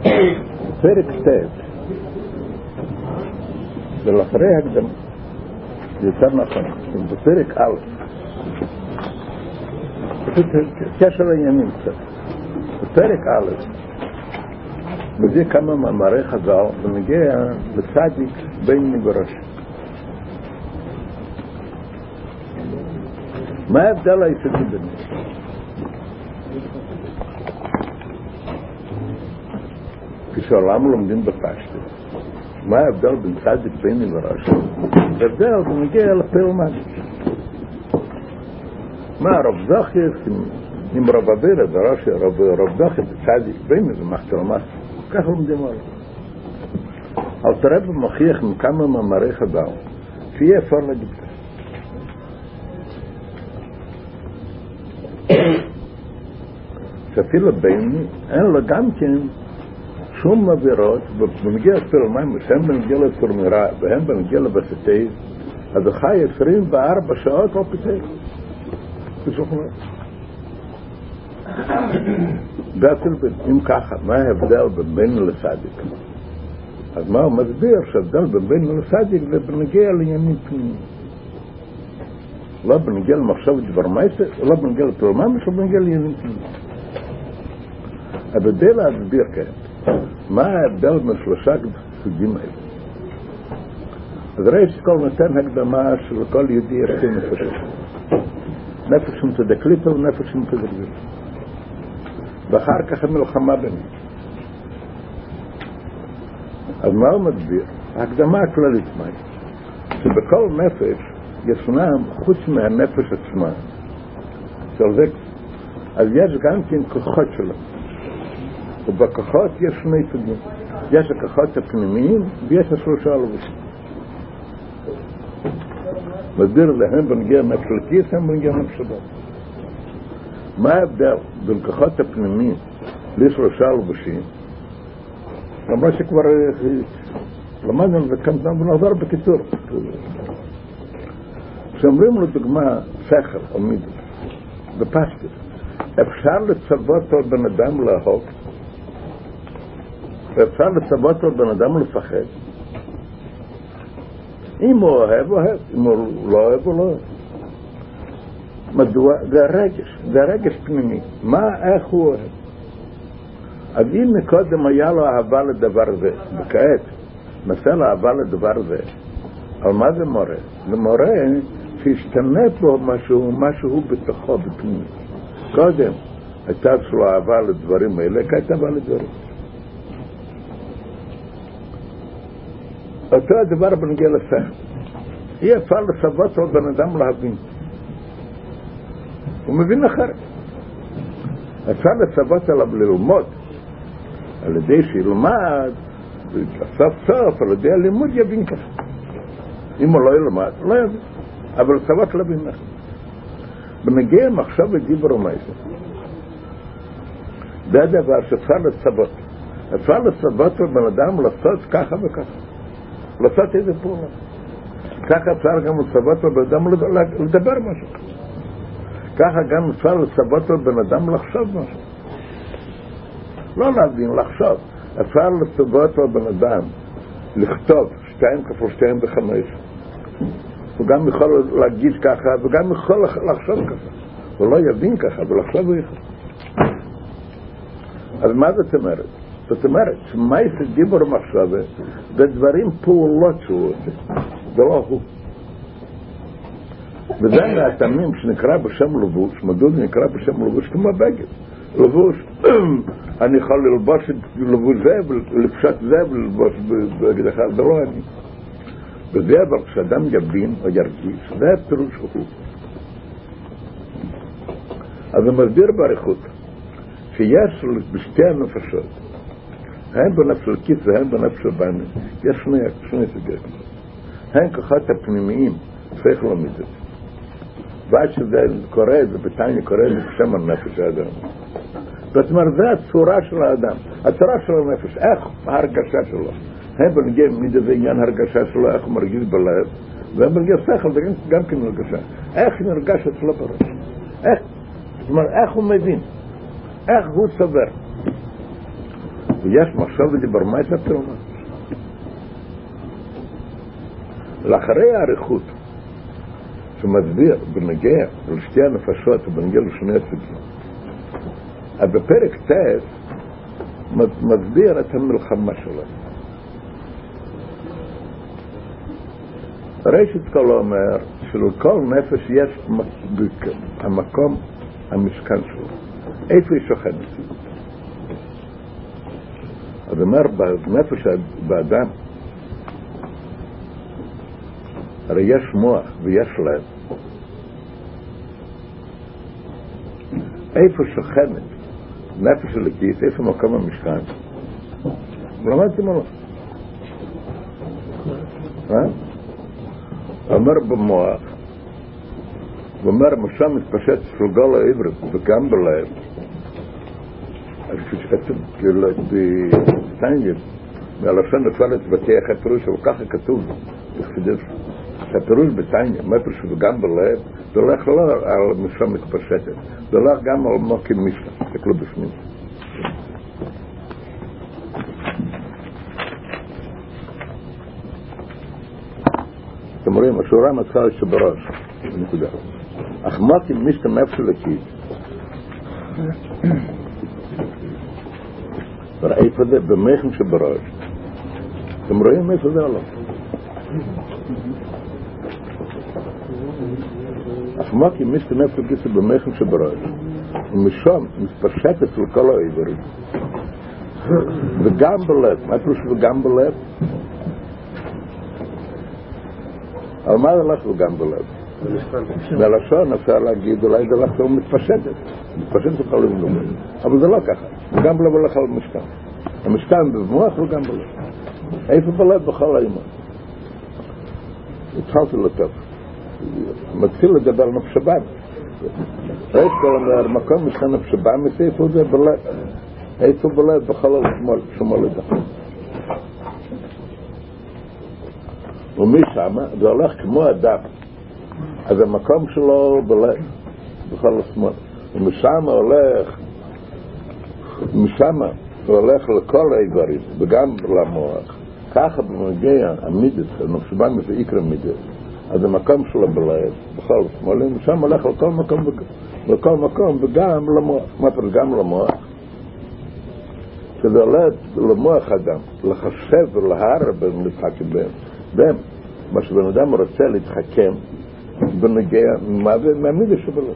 פרק ט' ולאחרי הקדמה יותר נכון בפרק א' קשר העניינים קצת בפרק א' מביא כמה מאמרי חז"ל ונגיע לצדיק בינוני בראשי. מה ההבדל היסודי ביניהם? כשעולם לומדים בפשטות, מה ההבדל בין צדיק בינוני בראשי? ההבדל בנגיע לפעלמן. מה רב זכי עם רב אבירה בראשי, רב זכי בצדיק בינוני ומחתרמה, כך לומדים עליו. אבל תראה במוכיח מכמה מאמרי חז"ל שיהיה אפשר להגיד כך. שאפילו בינוני אין לו גם כן שום עבירות, ובנגיע לפעלמן, שהם בנגיע לתורמירה והם בנגיע לבסטי, אז הוא חי 24 שעות על פיתח. בשוכנות. אם ככה, מה ההבדל בין בינוני לצדיק? אז מה הוא מסביר? שההבדל בין בינוני לצדיק זה בנגיע לעניינים פנימיים. לא בנגיע למחשבת דבר מייסר, לא בנגיע לפעלמן, אלא בנגיע לעניינים פנימיים. אבל כדי להסביר כאן, מה ההבדל בין שלושה סוגים האלה? אז ראש כל נותן הקדמה של כל יהודי ירצה נפש. נפש מתדקליפה ונפש מתדקליפה. ואחר כך המלחמה ביניהם. אז מה הוא מסביר? ההקדמה הכללית מה היא? שבכל נפש ישנם חוץ מהנפש עצמה. אז יש גם כן כוחות שלו. ובכוחות יש שני סוגים. יש הכוחות הפנימיים ויש השלושה הלבושים. מסביר להם בנגיע נפש לכיס, הם בנגיע נפש הדת. מה ההבדל בין כוחות הפנימיים לשלושה הלבושים? למרות שכבר למדנו וכאן ונעזור בקיצור. כשאומרים לו דוגמה שכל או מידות בפשטות, אפשר לצוות על בן אדם לאהוב ואפשר לצוות על בן אדם לפחד. אם הוא אוהב, אוהב. אם הוא לא אוהב, הוא לא אוהב. מדוע? זה הרגש פנימי. איך הוא אוהב? אז אם מקודם היה לו אהבה לדבר זה, וכעת נעשה לו אהבה לדבר זה, על מה זה מורה? זה מורה שהשתנה פה משהו בתוכו, בפנימי. קודם הייתה שלו אהבה לדברים האלה, כעת אהבה לדברים. אותו הדבר בנגיע לשכל. אי אפשר לצוות על בן אדם להבין. הוא מבין אחרת. אפשר לצוות עליו ללמוד, על ידי שילמד, סוף סוף, על ידי הלימוד יבין ככה. אם הוא לא ילמד, לא יבין. אבל לצוות להבין אחרת. בנגיע מחשב ודיבר ומייסר. זה הדבר שאפשר לצוות. אפשר לצוות על בן אדם לעשות ככה וככה. לעשות איזה פעולה. ככה אפשר גם לצוות על בן אדם לדבר משהו. ככה גם אפשר לצוות על בן אדם לחשוב משהו. לא להבין, לחשוב. אפשר לצוות על בן אדם לכתוב 2 כפול 2 ב5. הוא גם יכול להגיד ככה וגם יכול לחשוב ככה. הוא לא יבין ככה, אבל לחשוב הוא יכול. אז מה זאת אומרת? זאת אומרת, שמייסר דיבור מחשבה בדברים פעולות שהוא עושה, זה לא הוא. וזה מהטעמים שנקרא בשם לבוש. מדוע זה נקרא בשם לבוש? כמו בגד. לבוש, אני יכול ללבוש את לבוש זה ולפשט זה וללבוש בגד אחד, זה לא אני. וזה אבל כשאדם יבין או ירגיש, זה הפירוש הוא. אז הוא מסביר באריכות שיש בשתי הנפשות, הן בנפש של כיס והן בנפש של בני, יש שני סוגים. הן כוחות הפנימיים, שכל ומידות. ועד שזה קורה, זה בתניא קורה בשם הנפש האדם. זאת אומרת, זה הצורה של האדם, הצורה של הנפש, איך ההרגשה שלו. הם בנגיע מידות זה עניין הרגשה שלו, איך הוא מרגיש בלב, והם בנגיע שכל, זה גם כן הרגשה. איך נרגש אצלו בראש? איך? זאת אומרת, איך הוא מבין? איך הוא סובר? ויש מחשב ודיבר, מה יש התאומה? לאחרי האריכות שמסביר בנגיע לשתי הנפשות ובנגיע לשני הסוגים, אז בפרק ט' מסביר את המלחמה שלהם. ראשית כל אומר שלכל נפש יש המקום, המשכן שלו, איפה היא שוכנת. אז אומר בנפש באדם הרי יש מוח ויש לב, איפה שוכנת נפש אלוקית, איפה מקום המשכן? למדתם או לא? אומר במוח, ואומר משם מתפשט סלגל העברית וגם בלב, אז כשכתוב כאילו בסטנגל מהלשון נפלת בתיח הפירוש, אבל ככה כתוב בחסידות שהפירוש בטניה, מה פירוש וגם בלב, זה הולך לא על משם מתפשטת, זה הולך גם על מוקים משלה, תקלו בפנים. אתם רואים, השורה מתחילה שבראש, נקודה. אך מוקים משלה נפש אלוקית, איפה זה? במחם שבראש. אתם רואים איפה זה או לא? אך מוקים משלה נפש אלוקית במחם שבראש, ומשם מתפשטת לכל העברים, וגם בלב. מה פירוש וגם בלב? על מה זה הולך וגם בלב? בלשון אפשר להגיד, אולי זה הולך מתפשטת לכל העברים, אבל זה לא ככה. גם בלב הולך על המשכן. המשכן במוח וגם בלב. איפה בלב? בכל האימון. התחלתי לטוב. מתחיל לדבר על נפש הבן. ראית כל אומר, מקום משכן נפש הבן, איפה זה בלב? איפה בלב? בכל השמאל לדבר. ומשם זה הולך כמו אדם, אז המקום שלו בלב, בכל השמאל. ומשם הולך לכל האיברים, וגם למוח. ככה במגיע המידס, הנפשבן זה עיקר המידס, אז המקום שלו בלב, בכל השמאל, ומשם הולך לכל מקום וגם למוח. מה פרש גם למוח? שזה הולך למוח אדם, לחשב ולהר במשחקים בהם. מה שבן אדם רוצה להתחכם בנגיע מהמידס שבלב.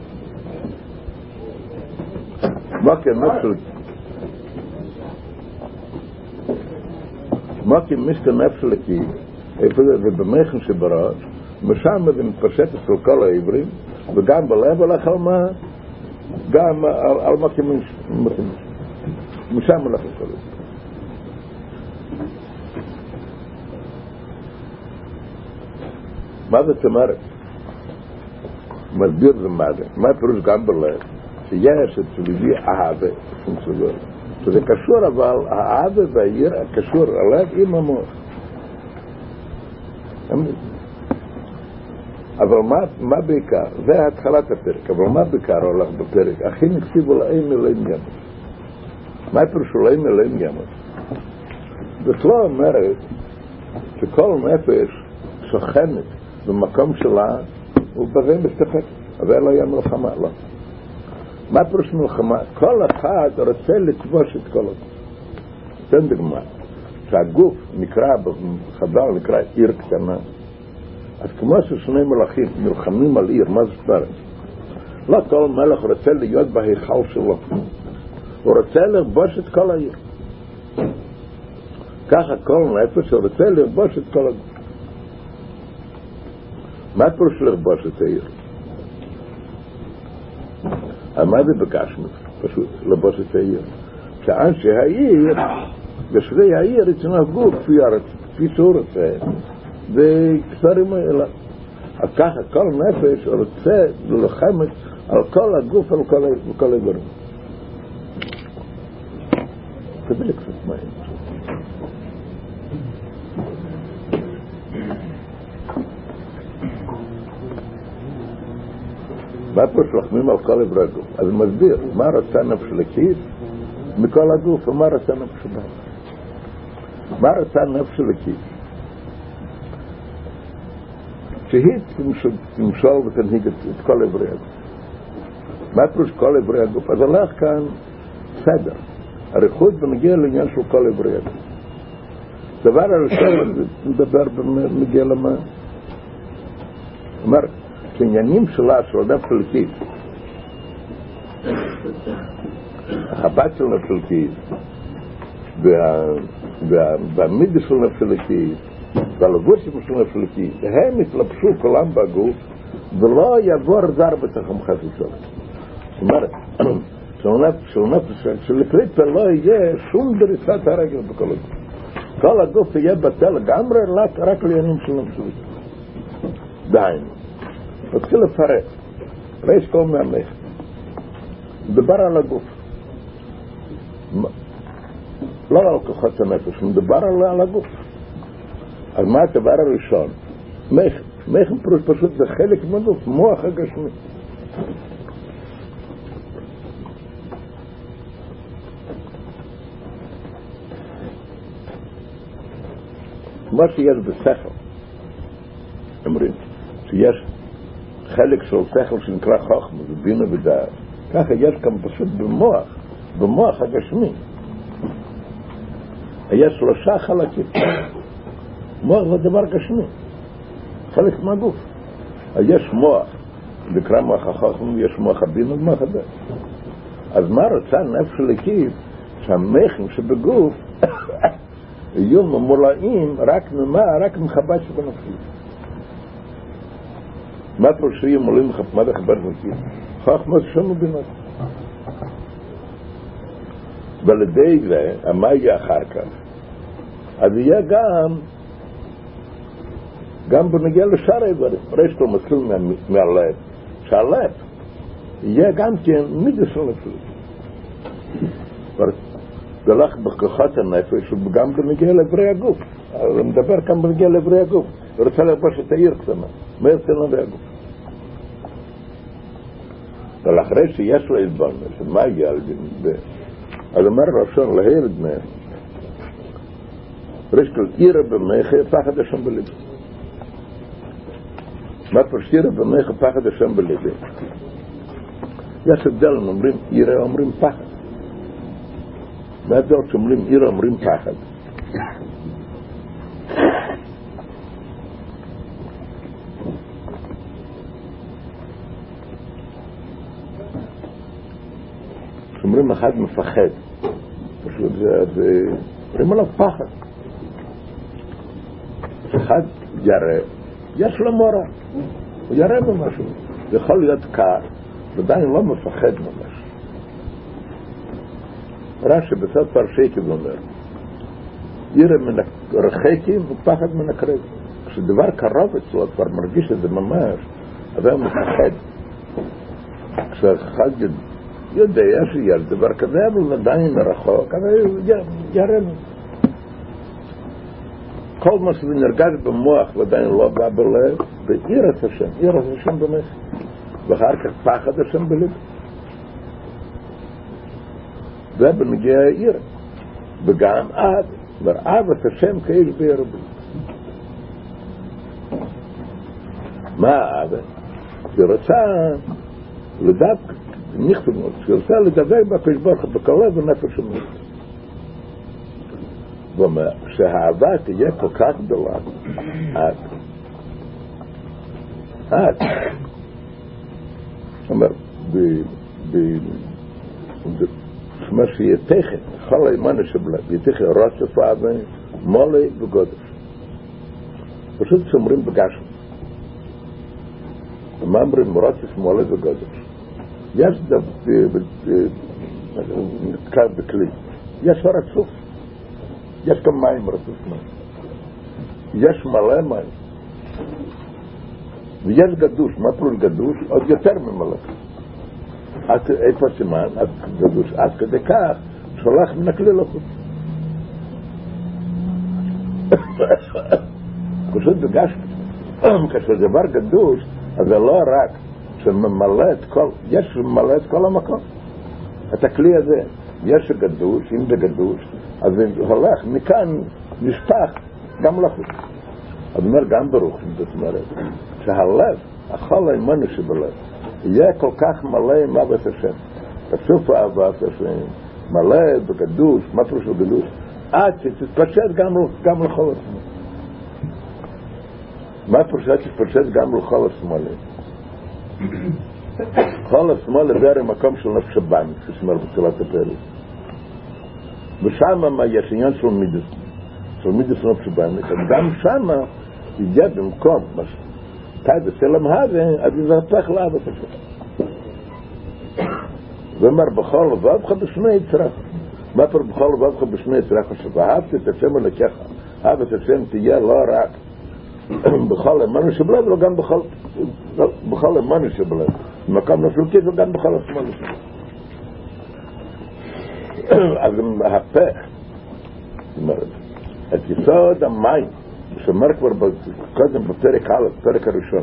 מוקים משלה נפש אלוקית, איפה זה? במחם שבראש, משם זה מתפשט אצל כל העברים, וגם בלב הולך על מה? גם על מוקים משלה. משם הולך על כל העברים. מה זאת אומרת? מסביר זה מה זה. מה פירוש גם בלב? שיש אצל ידי אהבה, שזה קשור, אבל האהבה והיראה קשור הלב עם המוח. אבל מה בעיקר? זה התחלת הפרק, אבל מה בעיקר הולך בפרק? הכי נקציבו להם אלוהים ימות. מה פירושו להם אלוהים ימות? זאת לא אומרת שכל נפש שוכנת במקום שלה ובזה מסתפק, אבל לא יהיה מלחמה, לא. מה פירוש מלחמה? כל אחד רוצה לכבוש את כל הגוף. תן דוגמה, שהגוף נקרא, בחז"ל נקרא עיר קטנה, אז כמו ששני מלכים נלחמים על עיר, מה זה ספרת? לא כל מלך רוצה להיות בהיכל שלו, הוא רוצה לכבוש את כל העיר. ככה כל נפש רוצה לכבוש את כל הגוף. מה פירוש לכבוש את העיר? מה זה בגשמית? פשוט, לבוש את העיר. שאנשי העיר, יושבי העיר יתנהגו כפי שהוא רוצה, וכסרים האלה. אז ככה כל נפש רוצה ללחמת על כל הגוף, על כל הגורם. תביא קצת מים. מה פה שלחמים על כל עברי הגוף? אז מסביר, מה רצה נפש אלוקית מכל הגוף, ומה רצה נפש הבן. מה רצה נפש אלוקית? שהיא תמשול ותנהיג את כל עברי הגוף. מה פירוש כל עברי הגוף? אז הלך כאן סדר, אריכות ונגיע לעניין של כל עברי הגוף. דבר הראשון מדבר ומגיע למה? אומר, כעניינים שלה, של נפש אלוקית, החב"ד של נפש אלוקית, והמידה של נפש אלוקית, והלבושים של נפש אלוקית, הם יתלבשו כולם בגוף, ולא יעבור זר בתוכם חס ושלום. זאת אומרת, שלקליפה לא יהיה שום דריסת הרגל בכל הגוף. כל הגוף יהיה בטל לגמרי רק לעניינים של נפש אלוקית. דהיינו, מתחיל לפרט, ראש כל מהמלך, מדבר על הגוף, לא על כוחות הנפש, מדבר על הגוף. אז מה הדבר הראשון? מייכם פשוט זה חלק מהגוף, מוח הגשמי. כמו שיש בשכל, אומרים, שיש חלק של שכל שנקרא חוכמה, זה בינה ודעת, ככה יש כאן פשוט במוח הגשמי. יש שלושה חלקים. מוח זה דבר גשמי, חלק מהגוף. יש מוח, נקרא מוח החוכמה, יש מוח הבינה ומוח הדעת. אז מה רוצה נפש אלוקית? שהמחים שבגוף יהיו ממולאים רק מחב"ד שבנפש. מה פירוש שיהיו ממולאים מה זה חב"ד שבנפש? חוכמה זה שם ובינה. ועל ידי זה, מה יהיה אחר כך? אז יהיה גם בנגיע לשאר האיברים. ראש כל מתחיל מהלב, שהלב יהיה גם כן מידה של נפש. זה הולך בכוחות הנפש וגם בנגיע לעברי הגוף. הוא מדבר כאן בנגיע לעברי הגוף. הוא רוצה לרבוש את העיר קטנה. מה יוצא לעברי הגוף? אבל אחרי שיש לו התבוננות, מה יהיה על דין? אז אומר ראשון להילד מהם, ראש כל עירה במחה פחד השם בלבי. מה פירוש עירה במחה פחד השם בלבי? יש הבדל, אומרים עירה, אומרים פחד. מה ההבדל שאומרים עירה, אומרים פחד? אומרים אחד מפחד, פשוט זה אומרים עליו פחד. אחד ירא, יש לו מורה, הוא ירא במשהו, זה יכול להיות קר, ועדיין לא מפחד ממש. רש"י בסוף פרשי אומר, ירא מן הרחקים ופחד מן הקרב. כשדבר קרוב אצלו כבר מרגיש את זה ממש, אז הוא מפחד. כשאחד יודע שיש דבר כזה, אבל עדיין רחוק, אבל ירא. כל מה שזה נרגש במוח ועדיין לא בא בלב, ויראת השם במח. ואחר כך פחד השם בלב. זה בנגיע העיר. וגם אהבת השם כאיש בירבי. מה אהבת? שרצה לדעת, נכתוב, שרצה לדבר בקדוש ברוך הוא בכל לב ונפש ומוח. ואומר, שהאהבה תהיה כל כך גדולה, אומר, מה שיהיה תכן, כל האימנה שבלב, יהיה תכן רצף אהבה, מולי וגודש. פשוט שאומרים בגשם. מה אומרים רצף מולי וגודש? יש נתקע בכלי, יש רצוף. יש גם מים רצוף מים. יש מלא מים. ויש גדוש. מה פירוש גדוש? עוד יותר ממלא. איפה סימן? גדוש. עד כדי כך שולח מן הכלי לחוץ. פשוט בגשם. כאשר דבר גדוש, אז זה לא רק שממלא את כל, יש ממלא את כל המקום. את הכלי הזה. יש גדוש, אם זה גדוש, אז זה הולך מכאן נשפך גם לחוץ. אז אומר גם ברוך, זאת אומרת, שהלב, החול האמונה שבלב, יהיה כל כך מלא עם אהבת השם. פסוף אהבת השם, מלא בקדוש, מה פירוש בקדוש? עד שתתפשט גם לכל השמאל. מה פירוש שתתפשט גם לכל השמאל? כל השמאל עבר מקום של נפש הבן, ששמר בתחילת הפרק. ושם יש עניין של מידס נפש הבן, גם שם יגיע במקום, תאי בסלם הווה, אז יזרפך לאהבת השם. ואומר בכל לבבך בשמי יצרך. מה פירוש בכל לבבך בשמי יצרך? ואהבת את השם אלוקיך. אהבת השם תהיה לא רק בכל אמונה שבלב, אלא גם בכל אמונה שבלב. במקום נפלוקית וגם בכל השמאל שבלב. אז מהפך, זאת אומרת, את יסוד המים, שאומר כבר קודם בפרק א', פרק הראשון,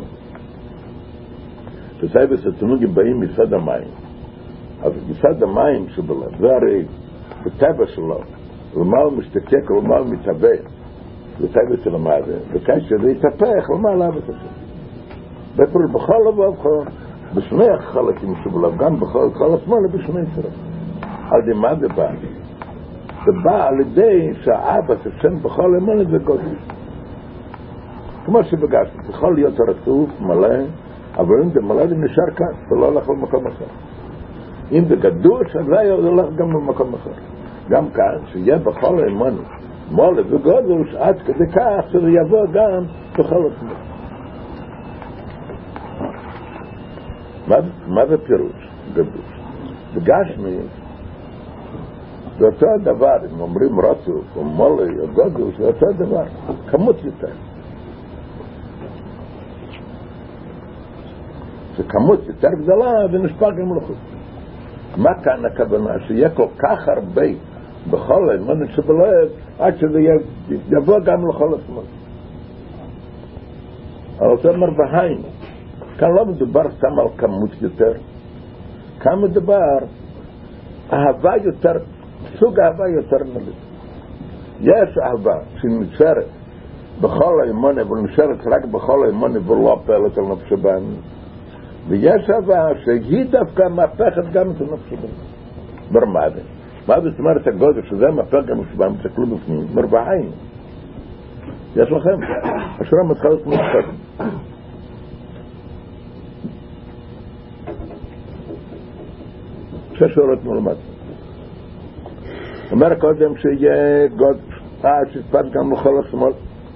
שסייבס התנוגים באים מיסוד המים. אז יסוד המים שבלב, זה הרי בטבע שלו, למעלה משתקק, למעלה מתהווה, לטבע של המעלה, וכאשר זה יתהפך, למעלה אהבת השם. בפרול בכל לבבך, בשני החלקים שבלב, גם בכל השמאל, בשני יצרך. על ידי מה זה בא? זה בא על ידי שהאהבת השם בכל אמונה זה קודש. כמו שבגשנו, זה יכול להיות רצוף, מלא, אבל אם זה מלא זה נשאר כאן, זה לא הולך למקום אחר. אם זה גדוש, אז זה הולך גם למקום אחר. גם כאן, שיהיה בכל אמונה, מלא וגודש, עד כדי כך שזה יבוא גם בכל השמאל. מה זה פירוש? גדוש. בגשמי, זה אותו הדבר, אם אומרים רצוף, או מלא, או גודש, זה אותו הדבר, כמות יותר. שכמות יותר גדולה ונשפע גם לחוץ. מה כאן הכוונה? שיהיה כל כך הרבה בכל האמונה שבלב, עד שזה יבוא גם לכל השמאל. אבל זה אומר בהיים. כאן לא מדובר סתם על כמות יותר. כאן מדובר אהבה יותר, סוג אהבה יותר נלית. יש אהבה שנשארת בכל האמונה, אבל נשארת רק בכל האמונה ולא פועלת על נפש הבן. ויש אהבה שהיא דווקא מהפכת גם את הנפש הבן. ברמה זה. מה זאת אומרת הגודל שזה מהפך גם שבא מסתכלו בפנים? מרבעיים. יש לכם? השורה מתחלת מוצחת. שש שורות מלמד. אומר קודם שיהיה גודל, שתפת גם לכל השמאל.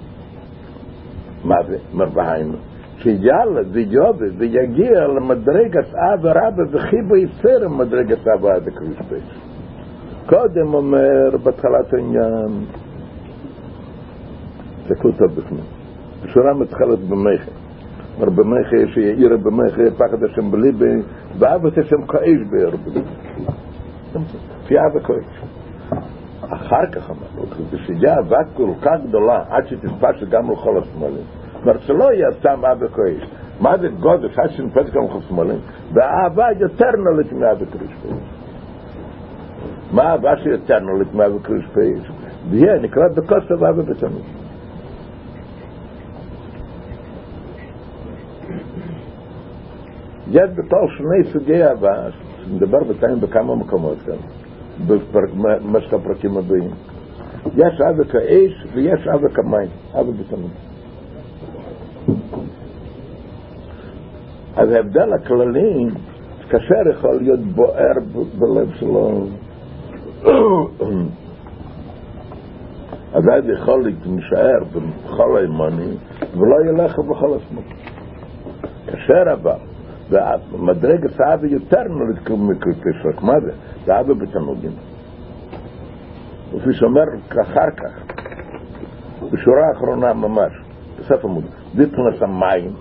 מה זה? מרבעיים. שיאללה ויובל ויגיע למדרגת אבא רבא וחיבו יסר מדרגת אבא עד הקריספס. קודם אומר בתחלת העניין, תקלו טוב בפנים, השורה מתחלת במייכה. אומר במייכה שיעירה במייכה פחד השם בליבי ואהבת השם כאש בעיר בליבי. לפי אהבה כאש. אחר כך אמר, כשיהיה אהבה כל כך גדולה עד שתתפש גם לכל השמאלים. זאת אומרת שלא יהיה סתם אהבה כאש. מה זה גודש עד שנתפש גם לכל השמאלים? והאהבה יותר נולית מאהבה קריספס. מה האהבה שיותר נולית מאהבה קריספס? זה נקרא בקוסף אהבה בתמיד. יש בתור שני סוגי אהבה, נדבר בינתיים בכמה מקומות כאן, במשך הפרקים הבאים. יש אהבה כאש ויש אהבה כמים, אהבה בתמיד. אז ההבדל הכללי, כאשר יכול להיות בוער בלב שלו, אז אז יכול להישאר בכל האמונים ולא ילך בכל השמאל. כאשר הבא ומדרגת האהבה יותר נולד מקריספס. מה זה? זה אהבה בתמוגים. וכפי שאומר אחר כך בשורה האחרונה ממש בסוף עמוד, דיפנס המים.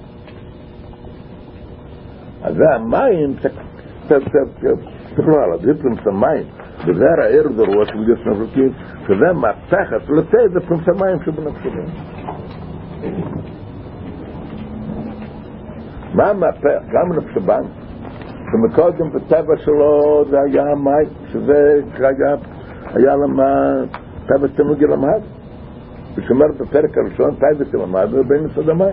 אז זה המים תקראו עליו, דיפנס המים וזה העיר דרוש בגלל נפלקים, שזה מהפכת לתת דיפנס המים שבנפשבים. מה המהפך? גם נפשבן שמקודם בטבע שלו זה היה המים, שזה היה למה טבע תמוגי למד, ושומר בפרק הראשון, טייבס למעמד ובין מצד המים.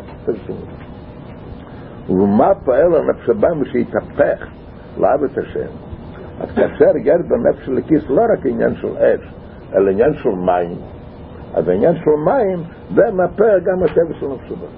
ומה פועל הנפש הבא שיתהפך לאהבת השם? אז כאשר ירד בנפש לכיס לא רק עניין של אש, אלא עניין של מים, אז העניין של מים זה מפר גם הטבע של נפש הבא.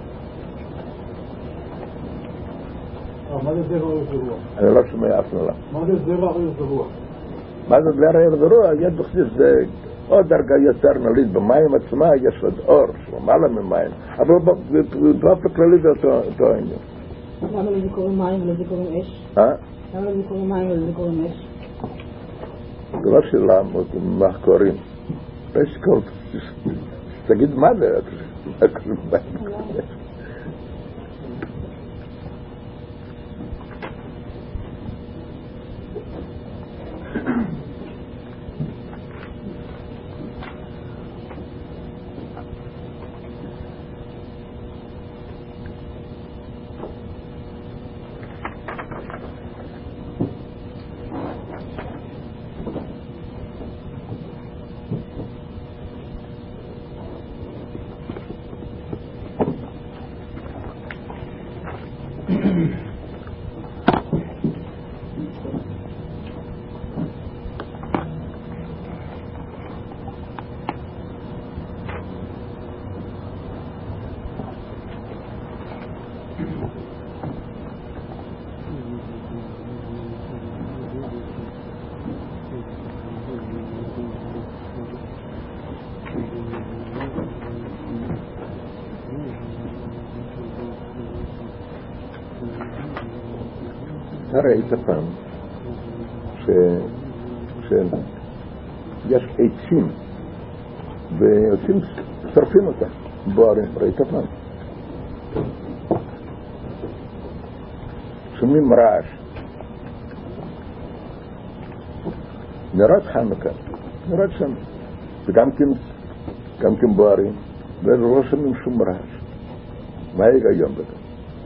מה זה זרע וזרוע? אני לא שומע אף מילה. מה זה זרע וזרוע? מה זה זרע וזרוע? יש בכסיס זה עוד דרגה יותר נלית. במים עצמה יש עוד אור שלמעלה ממים, אבל באופן כללי זה אותו העניין. למה לזה קוראים מים ולזה קוראים אש? למה לזה קוראים מים ולזה קוראים אש? זה לא שאלה מה קוראים. יש כל... תגיד מה זה? ראית פעם שיש עצים ועצים שרפים אותם בוערים, ראית פעם? שומעים רעש, נראה חנוכה, נראה שם, וגם כן בוערים, ולא שומעים שום רעש. מה ההיגיון בזה?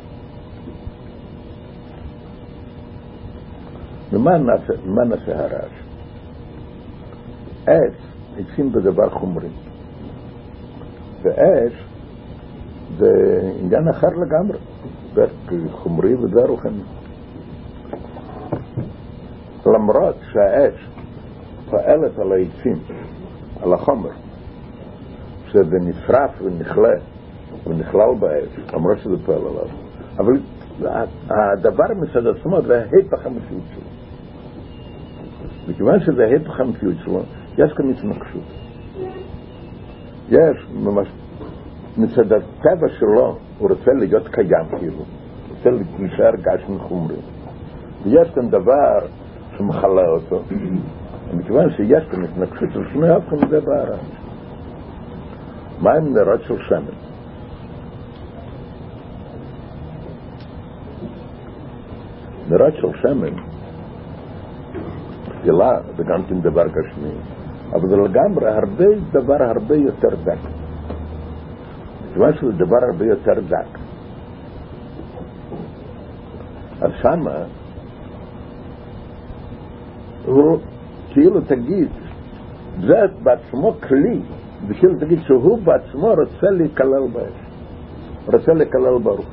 ומה נעשה הרעש? אש, עצים בדבר חומרי, ואש זה עניין אחר לגמרי, זה חומרי וזה רוחני. למרות שהאש פועלת על העצים, על החומר, שזה נשרף ונכלל באש, למרות שזה פועל עליו, אבל הדבר מצד עצמו זה ההפך המציאות שלו. מכיוון שזה ההפך המציאות שלו, יש כאן התנגשות. יש ממש מצד הטבע שלו, הוא רוצה להיות קיים כאילו, רוצה להישאר גשם חומרי, ויש כאן דבר שמחלה אותו, ומכיוון שיש כאן התנגשות של שני הפכים זה בערש. מה עם נרות של שמן? נרות של שמן, תפילה זה גם כן דבר גשמי, אבל זה לגמרי דבר הרבה יותר דק. מכיוון שזה דבר הרבה יותר דק, אז שמה הוא כאילו תגיד, זה בעצמו כלי, וכאילו תגיד שהוא בעצמו רוצה להיכלל באש, רוצה להיכלל ברוך.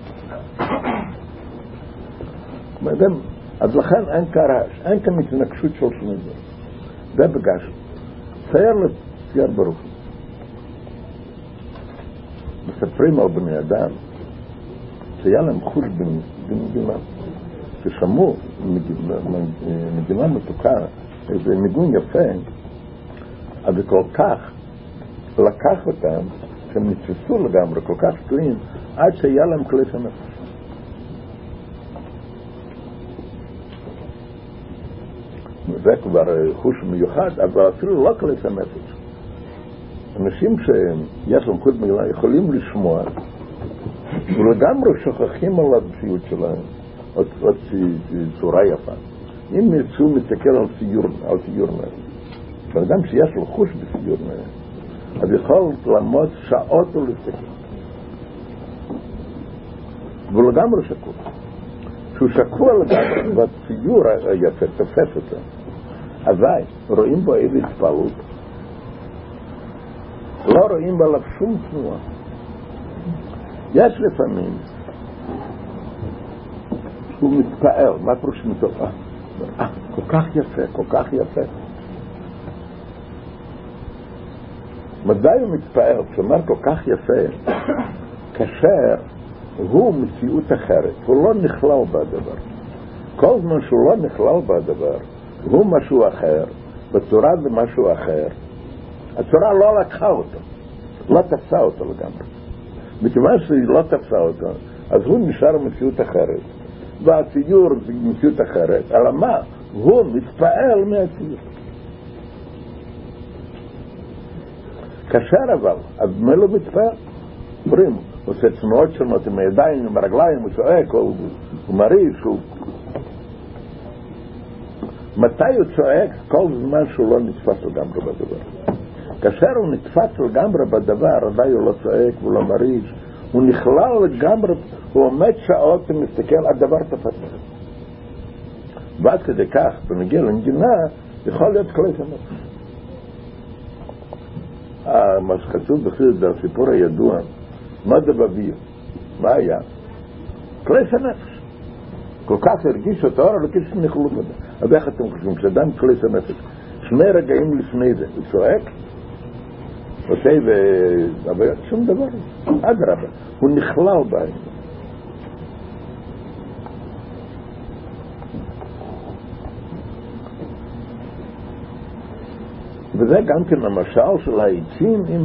אז לכן אין כרעש, אין כאן התנגשות של שום דבר. זה בגשם. צייר ברוך. מספרים על בני אדם שהיה להם חוש בנגינה, ששמעו מגינה מתוקה, איזה ניגון יפה, אז זה כל כך לקח אותם, שהם נתפסו לגמרי, כל כך תלויים, עד שהיה להם כלי נפש. זה כבר חוש מיוחד, אבל אפילו לא כלי נפש. אנשים שיש להם חוש מיוחד יכולים לשמוע, ולגמרי שוכחים על המציאות שלהם, עוד צורה יפה. אם ירצו מתקל על ציור נפש, ואדם שיש לו חוש בציור נפש, אז יכול לעמוד שעות ולהסתכל. והוא לגמרי שקוע. כשהוא שקוע לגמרי, והציור היפה תופס אותו. אבל רואים בו איזה התפעלות. לא רואים בלב שום תנועה. יש לפעמים הוא מתפעל, מה פירוש מתפעל? כל כך יפה, כל כך יפה. מדי הוא מתפעל, כשאומר כל כך יפה, כאשר הוא מציאות אחרת, הוא לא נכלל בדבר. כל זמן שהוא לא נכלל בדבר, הוא משהו אחר, בצורה זה משהו אחר. הצורה לא לקחה אותו, לא תפסה אותו לגמרי. מכיוון שהיא לא תפסה אותו, אז הוא נשאר מציאות אחרת. והציור זה מציאות אחרת, אלא מה? הוא מתפעל מהציור. כאשר אבל, אז מה לא מתפעל? אומרים, הוא עושה צנועות שונות עם הידיים, עם הרגליים, הוא צועק, הוא מריש, מתי הוא צועק? כל זמן שהוא לא נתפס לגמרי בדבר. כאשר הוא נתפס לגמרי בדבר, עדיין הוא לא צועק, הוא לא מריש, הוא נכלל לגמרי, הוא עומד שעות ומסתכל, הדבר תפס. ועד כדי כך, בנגיע לנגינה, יכול להיות כלי הנפש. מה שכתוב בחסידות, הסיפור הידוע, מה זה בביר? מה היה? כלי הנפש. כל כך הרגיש אותו אור, אבל כאילו נכלו בזה. אז איך אתם חושבים, כשאדם כלי הנפש, שני רגעים לפני זה, הוא צועק? עושה שום דבר, אדרבה, הוא נכלל בהם. וזה גם כן המשל של העצים עם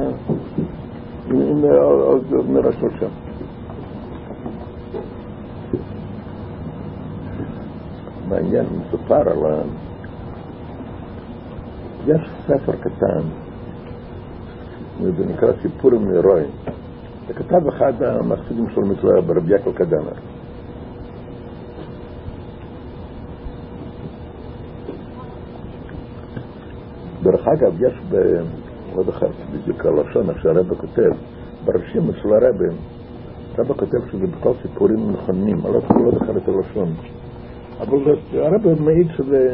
מרשות שם. מעניין, מסופר על יש ספר קטן, זה נקרא סיפורים מהירואים. זה כתב אחד המחסידים של מצווה ברבי יעקב קדמר. דרך אגב, יש עוד אחד, בדיוק הלשון, איך שהרבא כותב, ברשימה של הרבא כותב שזה בכל סיפורים נכונים, אני לא זוכר את הלשון. אבל הרבא מעיד שזה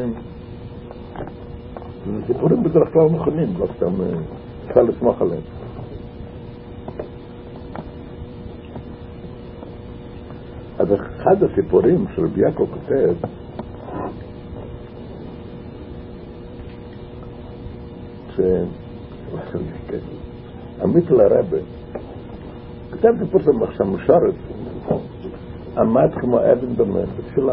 סיפורים בדרך כלל נכונים, לא סתם אפשר לסמוך עליהם. אז אחד הסיפורים של רבי יעקב כותב עמית לרבא כתב סיפור של משרת עמד כמו אבן במת בתפילה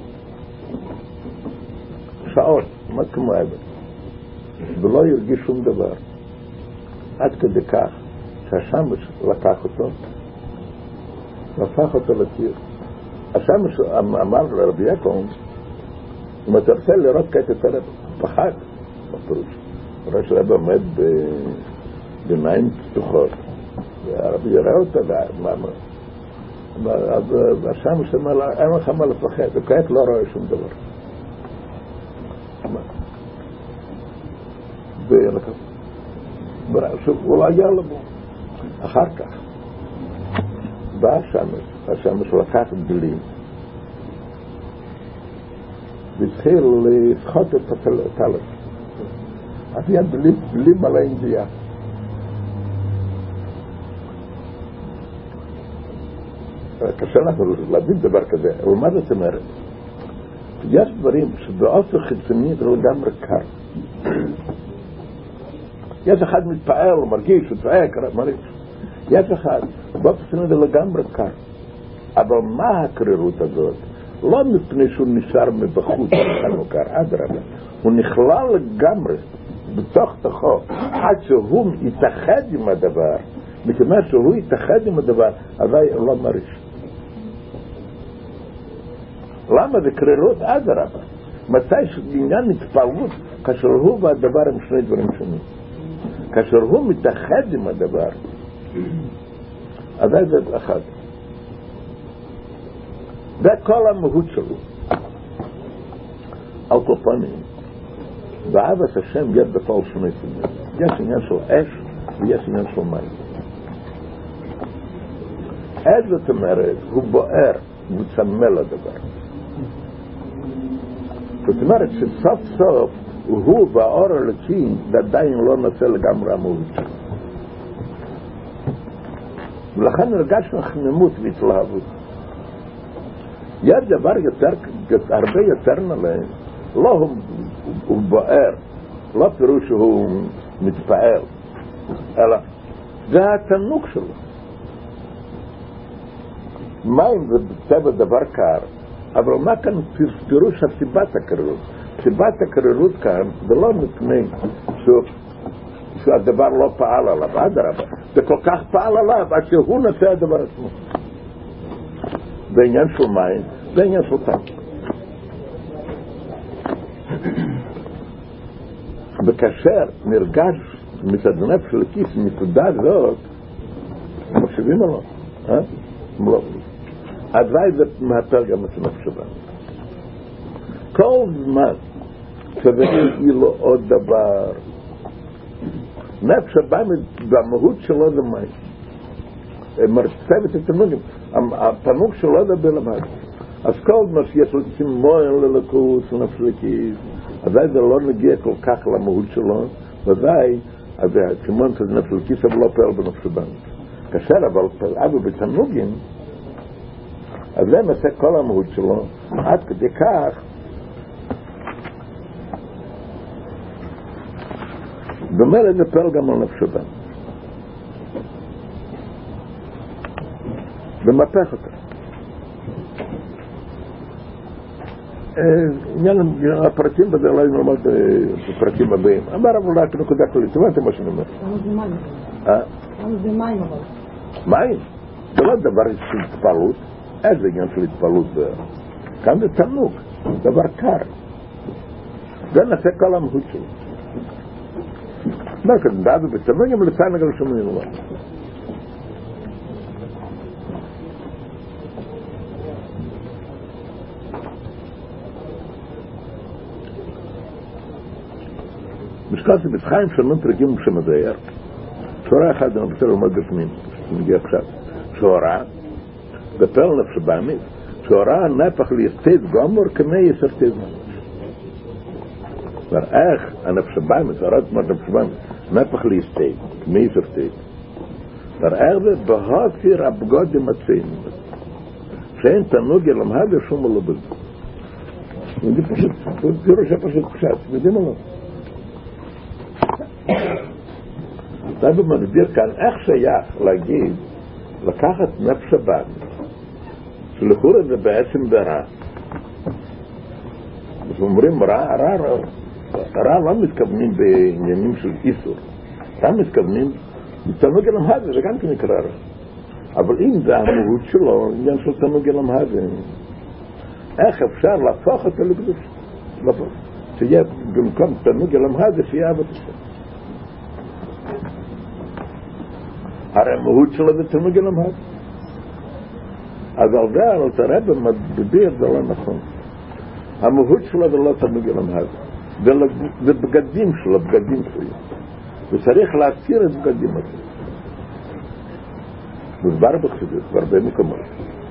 שעות, עמד כמו אבן ולא ירגיש שום דבר עד כדי כך שהשמש לקח אותו והפך אותו לקיר. השמש אמר לרבי יעקב, אם אתה רוצה לראות כעת את הרב, פחד, מה פירוש? רואה שהרב עומד בעיניים פתוחות והרבי יראה אותה אז השמש אמר לה, אין לך מה לפחד, וכעת לא רואה שום דבר. הוא היה לבוא אחר כך בא השמש לקח דלי והתחיל לפחות את הטלת אז היה דלי מלא אינדיה קשה לנו להבין דבר כזה אבל מה זאת אומרת? יש דברים שבאופן חיצוני זה לגמרי קר יש אחד מתפעל, הוא מרגיש, הוא צועק, מרגיש יש אחד, באופן חיצוני זה לגמרי קר אבל מה הקרירות הזאת? לא מפני שהוא נשאר מבחוץ הוא קר, אדרבה הוא נכלל לגמרי בתוך תוכו עד שהוא יתאחד עם הדבר מכיוון שהוא יתאחד עם הדבר אבל הוא לא מרגיש למה זה קרירות? אדרבה מתי שעניין התפעלות כאשר הוא והדבר הם שני דברים שונים כאשר הוא מתאחד עם הדבר אז זה אחד זה כל המהות שלו על כל פנים באהבת השם יש בכל שני סוגים יש עניין של אש ויש עניין של מים אש זאת אומרת הוא בוער והוא צמא לדבר זאת אומרת שסוף סוף הוא והאור הלקי עדיין לא נוצא לגמרי המהות שלו ולכן הרגשנו חמימות והתלהבות. יש דבר הרבה יותר נעלה, לא הוא בוער, לא פירוש שהוא מתפעל, אלא זה התענוג שלו. מים זה בטבע דבר קר, אבל מה כאן פירוש הסיבת הקרירות? סיבת הקרירות כאן זה לא מפני שהדבר לא פעל עליו, אדרבה, זה כל כך פעל עליו עד שהוא נעשה הדבר עצמו. זה עניין של מים, זה עניין של טעם. וכאשר נרגש מצד נפש לכיס מתודה זאת, מחשבים עליו, הדווי זה מהפר גם את הנפש שלנו. כל זמן שבאי לו עוד דבר, נפש הבא במהות שלו זה מים. מרצבת את התנוגים. התנוג שלו זה בלמד. אז כל מה שיש לו צימון ללקוס ונפש לכיס, ודאי זה לא נגיע כל כך למהות שלו, ודאי, אז הצימון של נפש לכיס אבל לא פועל בנפש הבא. כאשר אבל בתנוגים, אז זה נעשה כל המהות שלו, עד כדי כך, במילא זה פועל גם על נפש הבא. ומפך אותה. הפרטים בזה לא נלמד בפרטים הבאים. אמר אבל רק נקודה כללית, הבנתם מה שאני אומר? למה זה מים? למה זה מים אבל? מים? זה לא דבר של התפעלות. איזה עניין של התפעלות זה? כאן זה תענוג, דבר קר. זה נעשה כל המהות שלו. מה כאן, דעדו בתענוגים לצען אגל שומעים נלמד. משקלתי בתחיים שלנו פרקים כשמדייר. שורה אחד אני רוצה ללמוד בפנים, שמגיע עכשיו. שורה, בפל נפש הבאמית, שורה נפח ליסטית גומר כמי יסרטית ממש. איך הנפש הבאמית, שורה כמו נפש הבאמית, נפח ליסטית, כמי יסרטית. איך זה בהוקר הבגוד ימצאים. שאין תנוג ילמד ושום לא בזה. זה פשוט, פירוש פשוט פשט, יודעים או לא? רבי מגדיר כאן איך שייך להגיד לקחת נפש הבאמית שלכאורה זה בעצם ברע. אז אומרים רע לא מתכוונים בעניינים של איסור, רע מתכוונים תענוג הלם הזה, זה גם כן נקרא רע. אבל אם זה המהות שלו, עניין של תענוג הלם הזה, איך אפשר להפוך אותו לקדוש? שיהיה במקום תענוג הלם הזה שיהיה אהבת השם. הרי המהות שלו זה תענוג הלם הזה. אז על זה אלתר רבי מדביר זה לא נכון. המהות שלו זה לא תענוג הלם הזה. זה בגדים שלו, בגדים שלו. וצריך להסיר את בגדים הזה. מוסבר בחסידות, בהרבה מקומות.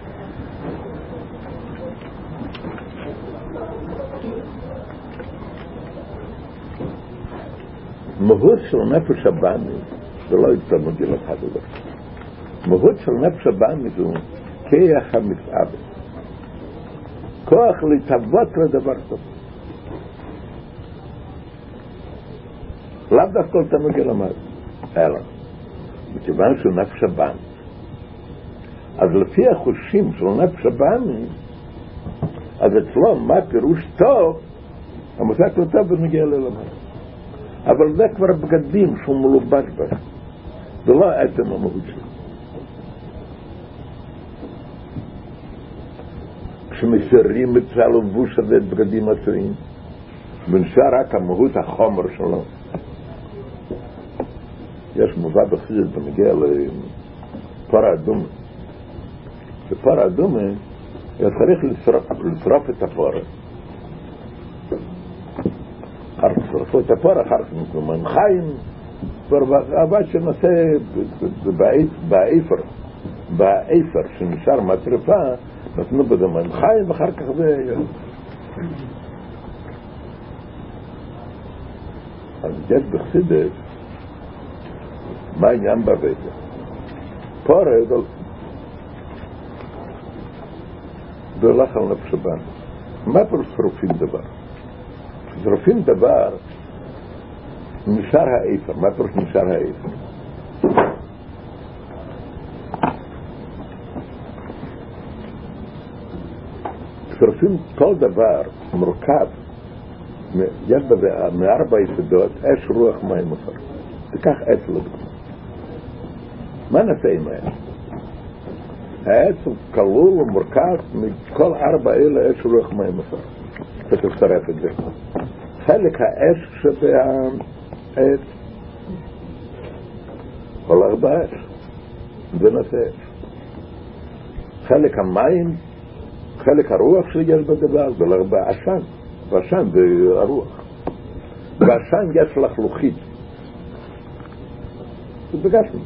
מהות של נפש הבאמית זה לא תענוג הלם הזה. מהות של נפש הבאמית הוא כיח המתאבד. כוח להתאבות לדבר טוב. לאו דווקא תענוג הלם הזה. אלא, מכיוון שהוא נפש הבאמית, אז לפי החושים של נפש הבאמית, אז אצלו מה פירוש טוב, המושג לא טוב ונגיע לעולם הזה. אבל זה כבר בגדים שהוא מלובש בהם. זה לא עצם המהות שלו. כשמסירים את הלבוש הזה את בגדים עצויים, ונשאר רק המהות החומר שלו. יש מובא בחסידות בנגיע לפרה אדומה. בפרה אדומה צריך לשרוף את הפרה. שרפו את הפרה, אחר כך נקומן חיים, אבל שנעשה באיפר שנשאר מהטרפה, נתנו בדומן חיים, ואחר כך זה... אז יש בחסידות מה העניין בבית. כפורה והולך על נפש הבאמית. מה פירוש שרופים דבר? שרופים דבר נשאר האיפר. מה פירוש נשאר האיפר? שרופים כל דבר מורכב, יש בזה מארבע יסודות, אש, רוח, מים ופר. תיקח עץ לדוגמה. מה נעשה עם העץ? העץ הוא כלול ומורכב מכל ארבע אלה, אש, רוח, מים ופר. שתצטרף את זה. חלק האש שבעץ הולך באש, זה נעשה אש. חלק המים, חלק הרוח שיש בדבר, זה הולך בעשן. בעשן זה הרוח. בעשן יש לחלוכית. זה בגשם.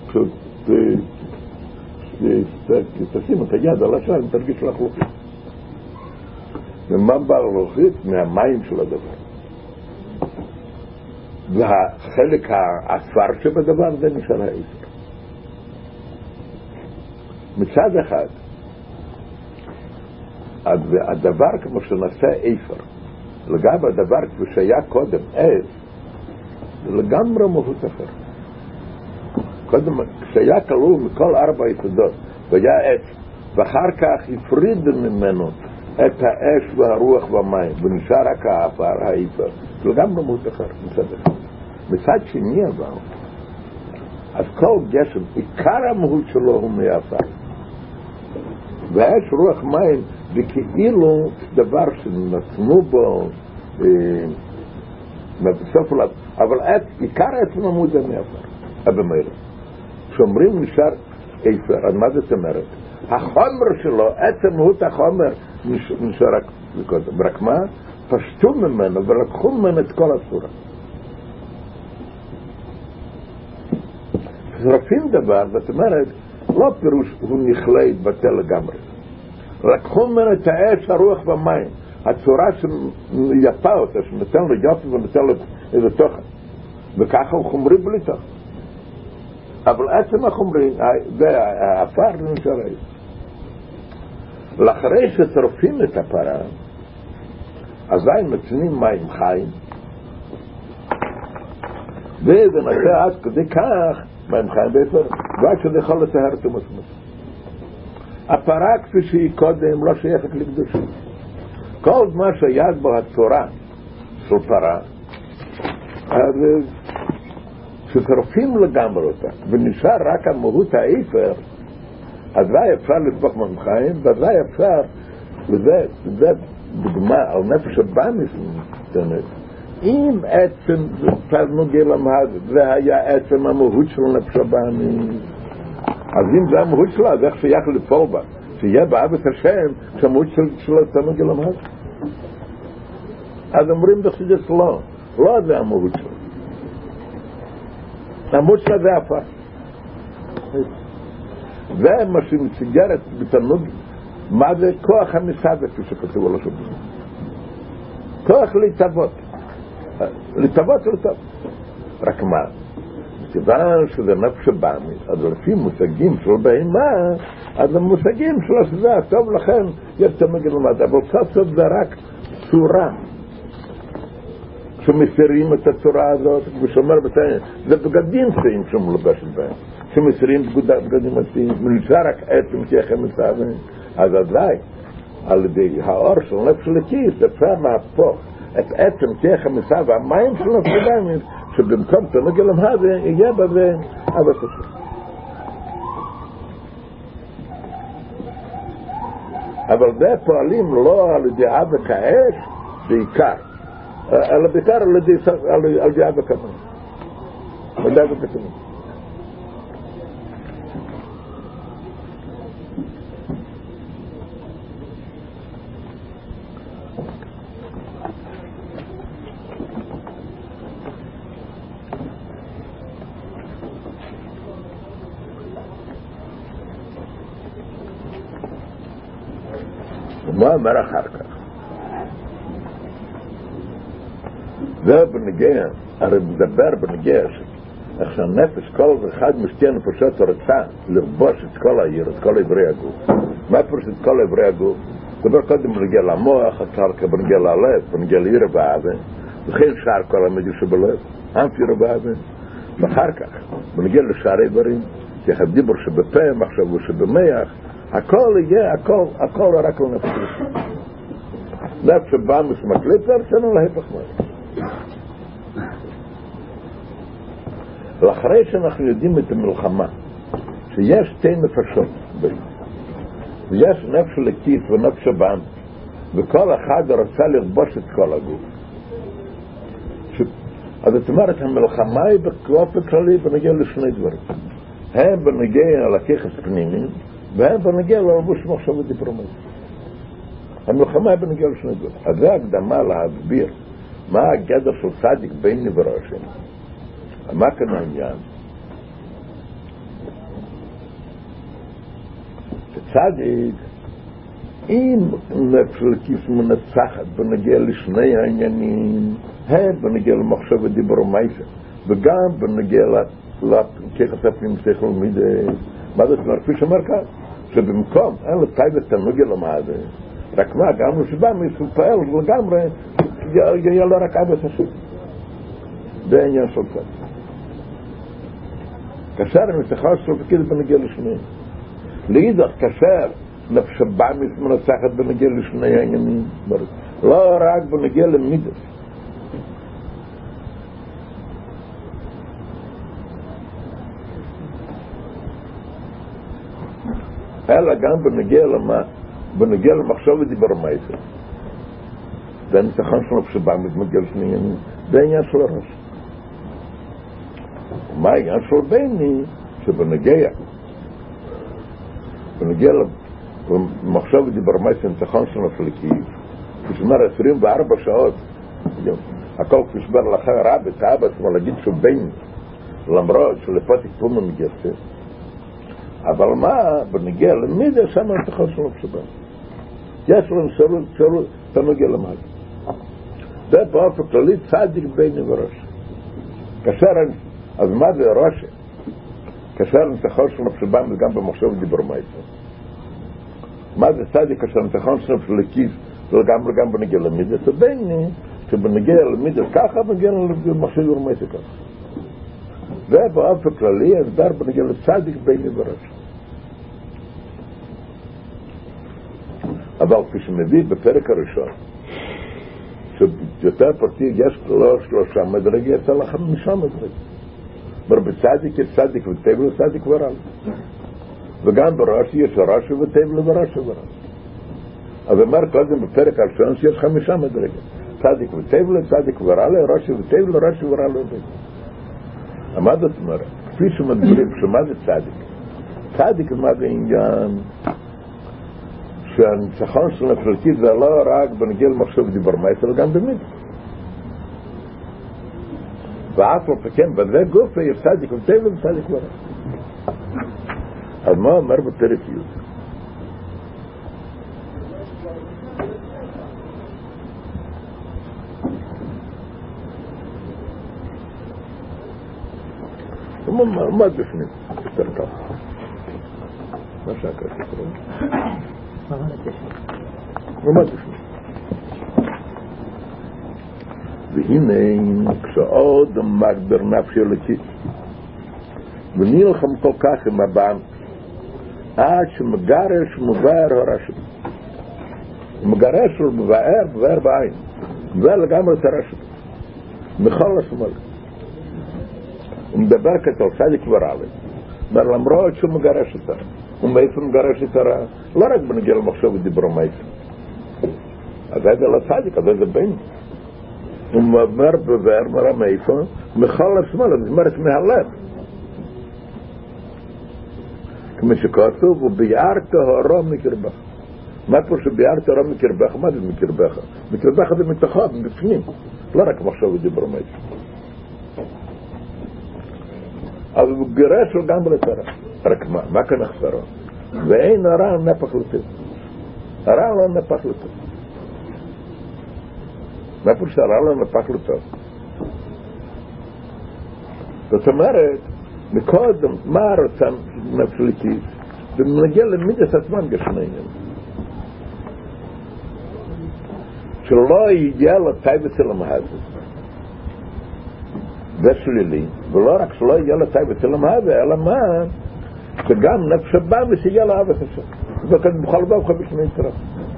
תשים את היד על השן, תרגיש לחלוכית. ומה בא לחלוכית? מהמים של הדבר. והחלק האפר שבדבר זה נשאר האיפר. מצד אחד, הדבר כמו שנעשה איפר, לגבי הדבר כמו שהיה קודם עץ, זה לגמרי מהות אחר. קודם, כשהיה כלול מכל ארבע יסודות, והיה עץ, ואחר כך הפריד ממנו את האש והרוח והמים, ונשאר רק האפר, האיפר, זה לגמרי מהות אחר, מצד אחד. מצד שני אבל, אז כל גשם, עיקר המהות שלו הוא מהאפר. והאש, רוח, מים, וכאילו דבר שנתנו בו בסוף עליו, אבל עיקר עצם המהות זה מאפר. במילא כשאומרים נשאר איפר, אז מה זאת אומרת? החומר שלו, עצם מהות החומר נשאר רק מה? פשטו ממנו ולקחו ממנו את כל הצורה. שרפים דבר, זאת אומרת, לא פירוש הוא נכלה התבטל לגמרי. לקחו ממנו את האש, הרוח והמים, הצורה שיפה אותה, שנותן לו יופי ונותן לו איזה תוכן, וככה הוא חומרי בלי תוכן. אבל עצם החומרי, והאפר נשאר האש. לאחרי ששרפים את הפרה, אזי נותנים מים חיים, וזה נעשה עד כדי כך מים חיים באפר, ועד שזה יכול לטהר את המסמוס. הפרה כפי שהיא קודם לא שייכת לקדושה. כל מה שיש בו הצורה של פרה, אז ששרפים לגמרי אותה, ונשאר רק המהות האיפר, אז זה אפשר לטבוח מים חיים, וזה אפשר, וזה דוגמה על נפש הבאמית, אם עצם תענוג למד, זה היה עצם המהות של נפש הבאמית, אז אם זה המהות שלה, אז איך שייך לפעול בה? שיהיה באהבת השם, שהמהות של תענוג למד. אז אומרים בחסידות לא זה המהות שלה. המהות שלה זה הפך. זה מה שמסגרת בתענוג, מה זה כוח המסעדה, כפי שכתוב על השם. כוח להתאבות. להתאבות לטוב. רק מה? כיוון שזה נפש הבאמית, אז לפי מושגים של בהמה, אז המושגים של שזה טוב לכן יש תמיד למד, אבל סוף זה רק צורה. כשמסירים את הצורה הזאת, ושומר בתאים, זה בגדים צעים שמולבשת בהם. כשמסירים בגדים צעים, ונשאר רק עצם כיחם מסעבים, אז עדיין, על ידי האור של נפש לכיס, אפשר להפוך את עצם כיחם מסעב, המים של נפש הבאמית, שבמקום תנוג למד יהיה בזה אבא תשם. אבל זה פועלים לא על ידי אבק האש בעיקר, אלא בעיקר על ידי אבק המים. על ידי אבק המים. מה אומר אחר כך? זה בנגיע, הרי מדבר בנגיע איך שהנפש כל אחד משתי נפשות רוצה לכבוש את כל העיר, את כל עברי הגוף. מה פשוט את כל עברי הגוף? דבר קודם בנגיע למוח, אחר כך בנגיע ללב, בנגיע לעיר הבאבן, וכן שאר כל המדיע שבלב, אנפיר הבאבן, ואחר כך בנגיע לשאר עברים, יחד דיבור שבפה, מחשבו שבמח, הכל יהיה, הכל רק לנפש. נפש שבא מסמקליפר, שאנו להפך מה. ואחרי שאנחנו יודעים את המלחמה, שיש שתי נפשות, ויש נפש לקיף ונפש הבן, וכל אחד רוצה לכבוש את כל הגוף. אז זאת אומרת, המלחמה היא באופן כללי בנגיע לשני דברים. הם בנגיע לכיחס פנימי, והם בנגיע ללבוש מחשבות דיפרומטית. המלחמה היא בנגיע לשני דברים. אז זה הקדמה להסביר מה הגדר של צדיק בין וראשים. מה כאן העניין? צדיק, אם נפש לקיף מנצחת בנגיע לשני העניינים, הם בנגיע למחשבת דיפרומטית, וגם בנגיע לכיחס הפנים שכל מידי. מה זאת אומרת? כפי שאומר כאן, שבמקום אין לטייב את הנוגע למעדה, רק מה, גם שבא מסופעל לגמרי, יהיה לו רק אבא השם. זה העניין של צדיק. כאשר המתחה הסופקית בנגיע לשני. לידך, כאשר נפש הבא מנצחת בנגיע לשני העניינים, לא רק בנגיע למידס. אלא גם בנגיע למחשבת דיפרומטית. זה הניצחון של נפש הבא מנגיע לשני העניינים. זה העניין של הראש. מה העניין של בני? שבנגיע למחשבת דיפרומטית הניצחון של נפש לקיף, כשמר 24 שעות, הכל כשבר לך רב את האבא, כמו להגיד שהוא בני, למרות שלפתיק פומה מגייסת, אבל מה, בנגיע למידה שם הניצחון של נפש הבא. יש לנו אפשרות, אתה נגיע למעלה. זה באופן כללי צדיק בני וראש. אז מה זה ראש? כאשר הניצחון של נפש הבא גם במחשבת דיפרומטית. מה זה צדיק כאשר הניצחון של נפש לקיף וגם בנגיע למידה? זה בני, שבנגיע למידה ככה, בנגיע למחשבת דיפרומטית ככה. זה באופן כללי הסדר בנגיע לצדיק בני וראש. אבל כשמביא בפרק הראשון, שיותר פרטי יש לו 3 מדרגי, יצא לך 5 מדרגי. בצדיק יש צדיק וטבל וצדיק ורל. וגם בראש יש ראש וטבל וראש ורל. אז אומר קודם בפרק הראשון שיש 5 מדרגי. צדיק וטבל, צדיק ורל, ראש וטבל, ראש ורל. מה זאת אומרת? כפי שמדברים, שמה זה צדיק? צדיק מה זה עניין? שהניצחון של נפש לקיף זה לא רק בנגיע למחשבת דיפרומטית, אלא גם במידה. ואף על כן, בזה גוף יש צדיק וטבל וצדיק ורע. אז מה אומר בפרק י'? מה בפנים? יותר טוב. מה שהקראת קוראים? ומה בפנים? והנה כשעוד מגבר נפשי לקיף ונלחם כל כך עם הבן עד שמגרש מבאר הרשת, מגרש מבאר בעין, מבאר לגמרי את הרשת מכל השמאל. הוא מדבר כתוב צדיק ורע, למרות שהוא מגרש את הרע. ומאיפה מגרש את הרע? לא רק בנגיע למחשבת דיפרומטית. אז זה לא צדיק, אז זה בין. הוא אומר בבאר מראה מאיפה? מכל השמאל, זאת אומרת מהלב. כמו שכתוב, וביארת הורא מקרבך. מה פה שביארת הורא מקרבך? מה זה מקרבך? מקרבך זה מתוכו, מבפנים. לא רק מחשבת דיפרומטית. אז הוא גירש לו גם לתורה. רק מה כאן החסרו? ואין הרע נפח לטוב. הרע לא נפח לטוב. מה פה שהרע לא נפח לטוב? זאת אומרת, מקודם, מה הרצון נפשליקיס? ומנגיע למידס עצמם גשמיים. שלא יהיה לו טייבס אל המהווה. זה שלילי, ולא רק שלא יהיה לו טייבס אל המהווה, אלא מה? שגם נפש הבא ושיהיה לו אהבת השם. וכן בכל דבר הוא בשמי יצרה.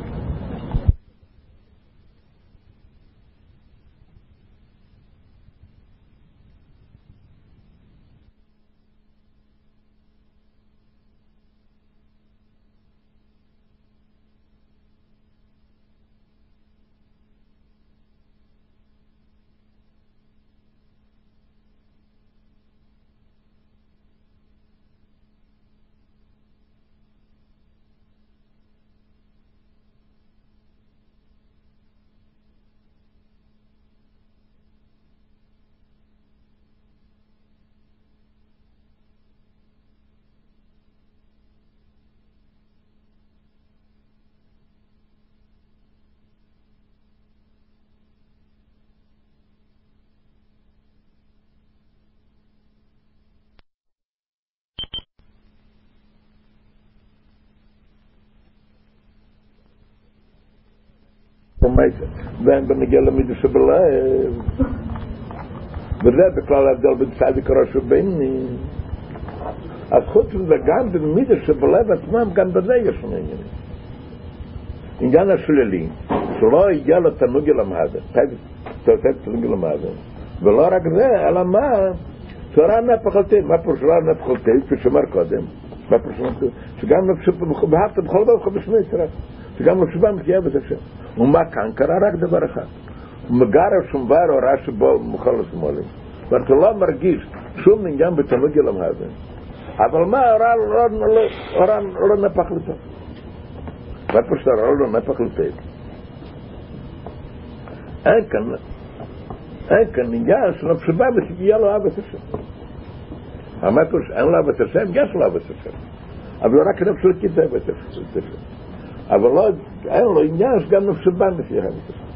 ואין בנגיע למידע שבלב וזה בכלל ההבדל בין צדיק ראש וביני אז חוץ מזה גם במידע שבלב עצמם גם בזה יש עניין השלילי שלא יגיע לתנוג אל המהווה תנוג אל המהווה ולא רק זה אלא מה שורה נפח על תל מה פרוש שורה נפח על תל כפי שאמר קודם שגם נפש בהבת בכל דבר בשמי יצרח שגם נפשבה מגיעה בזה שם ומה כאן קרה רק דבר אחד מגרש שום בר הוראה שבו מוכל לשמאלים ואתה לא מרגיש שום עניין בתנוג אל המהווה אבל מה הוראה לא נפח לטוב מה פשוט הוראה לא נפח לטוב אין כאן עניין שנפשבה מגיעה לו אהבת השם מה פשוט אין לו אהבת השם יש לו אהבת השם אבל רק נפשו לכיתה אהבת השם אבל לא, אין לו עניין שגם נפשבה מפיה אהבת השם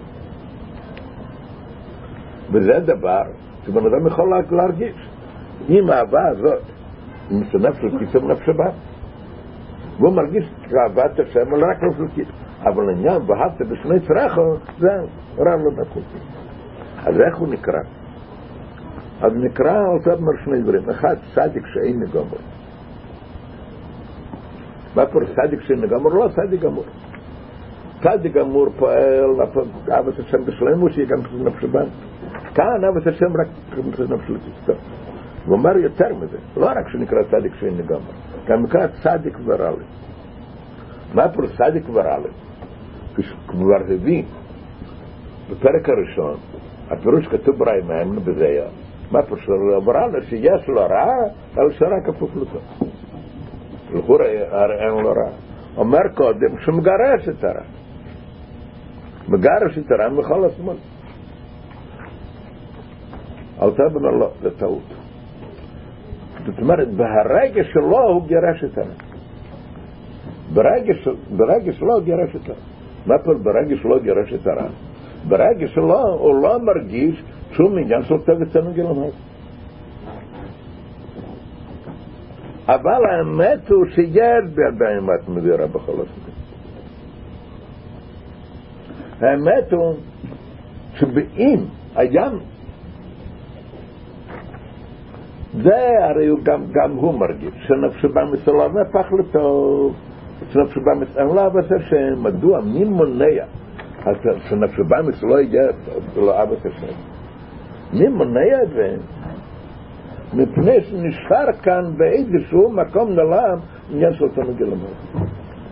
וזה דבר שבן אדם יכול להרגיש אם האהבה הזאת אם זה נפשו לכיתה נפשבה והוא מרגיש כאהבת השם אבל רק נפשו לכיתה אבל עניין ואהבת בשני צרחו זה רב לא נפשו אז איך הוא נקרא? אז נקרא על זה שני דברים אחד צדיק שאין גמור מה פה צדיק שאין גמור? לא צדיק גמור צדיק גמור פועל אהבת השם בשלמות שיהיה גם נפשבן כאן אהבת השם רק נפשלתו הוא אומר יותר מזה לא רק שנקרא צדיק שאין גמור גם נקרא צדיק ורלי מה פה צדיק ורלי? כבר הביא בפרק הראשון הפירוש כתוב בריימן בזה מה פה ורלי שיש לו רע אבל שרק כפוף לטוב לכאורה אין לו רע אומר קודם שמגרש את הרע מגרש את הרע מכל השמאל אל תבנה לו זה טעות זאת אומרת ברגע שלו הוא גירש את הרע ברגע שלו הוא גירש את הרע מה פה ברגע שלו גירש את הרע ברגע שלו הוא לא מרגיש שום עניין של טוב אצלנו גלמות אבל האמת הוא שיש בידיים את מבירה בכל הסביבה האמת הוא שבאים הים זה הרי הוא גם הוא מרגיש שנפשבה מסלו נפח לטוב שנפשבה מסלו אהבת השם מדוע מי מונע שנפשבה מסלו יגיע לאהבת השם מי מונע את זה מפני שנשאר כאן באיזשהו מקום נעלם עניין של תנוג אל המהווה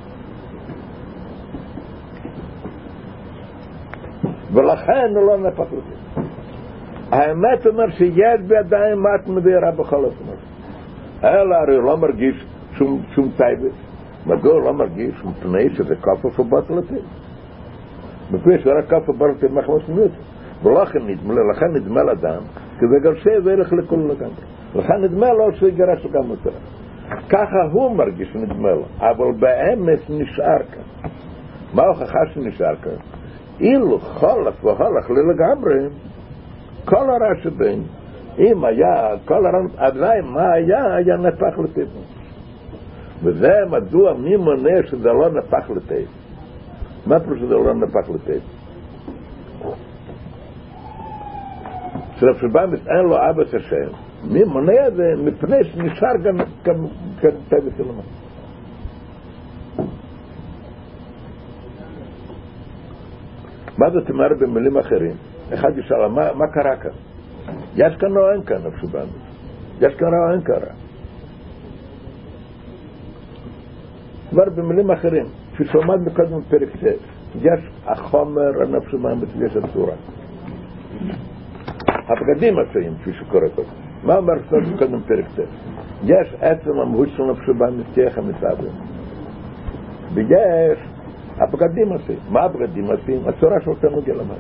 ולכן הוא לא נפח לזה האמת אומר שיש בידיים מת מבירה בכל הזמן אלא הרי לא מרגיש שום טייבס מדוע הוא לא מרגיש מפני שזה כפה פבט לתי מפני שרק כפה ברתי מחמוס מיוט ולכן נדמה לאדם כזה גרשי וערך לכל לגמרי לכן נדמה לו שיגרש גם יותר ככה הוא מרגיש נדמה לו אבל באמת נשאר כאן מה ההוכחה שנשאר כאן? אילו חולף והולך לגמרי כל הרע שבין אם היה כל הרעיון, עדיין מה היה נפח לטבע. וזה מדוע מי מונה שזה לא נפח לטבע. מה פירוש שזה לא נפח לטבע? שלפשבאמיס אין לו אבא השם, מי מונה זה מפני שנשאר גם טבע סלמה. מה זאת אומרת במילים אחרים? אחד ישאל, מה קרה כאן? יש כאן או אין כאן לפשבאמיס? יש כאן או אין קרה? כבר במילים אחרים, כפי שעומד מקודם בפרק זה, יש החומר הנפשבאמיס ויש הצורה. הבגדים עשויים, כפי שקורא קודם. מה אומר קודם פרק זה? יש עצם המהות של נפשבאמיס תהיה המסעדה. ויש הבגדים עשויים. מה הבגדים עשויים? הצורה של תענוג למד.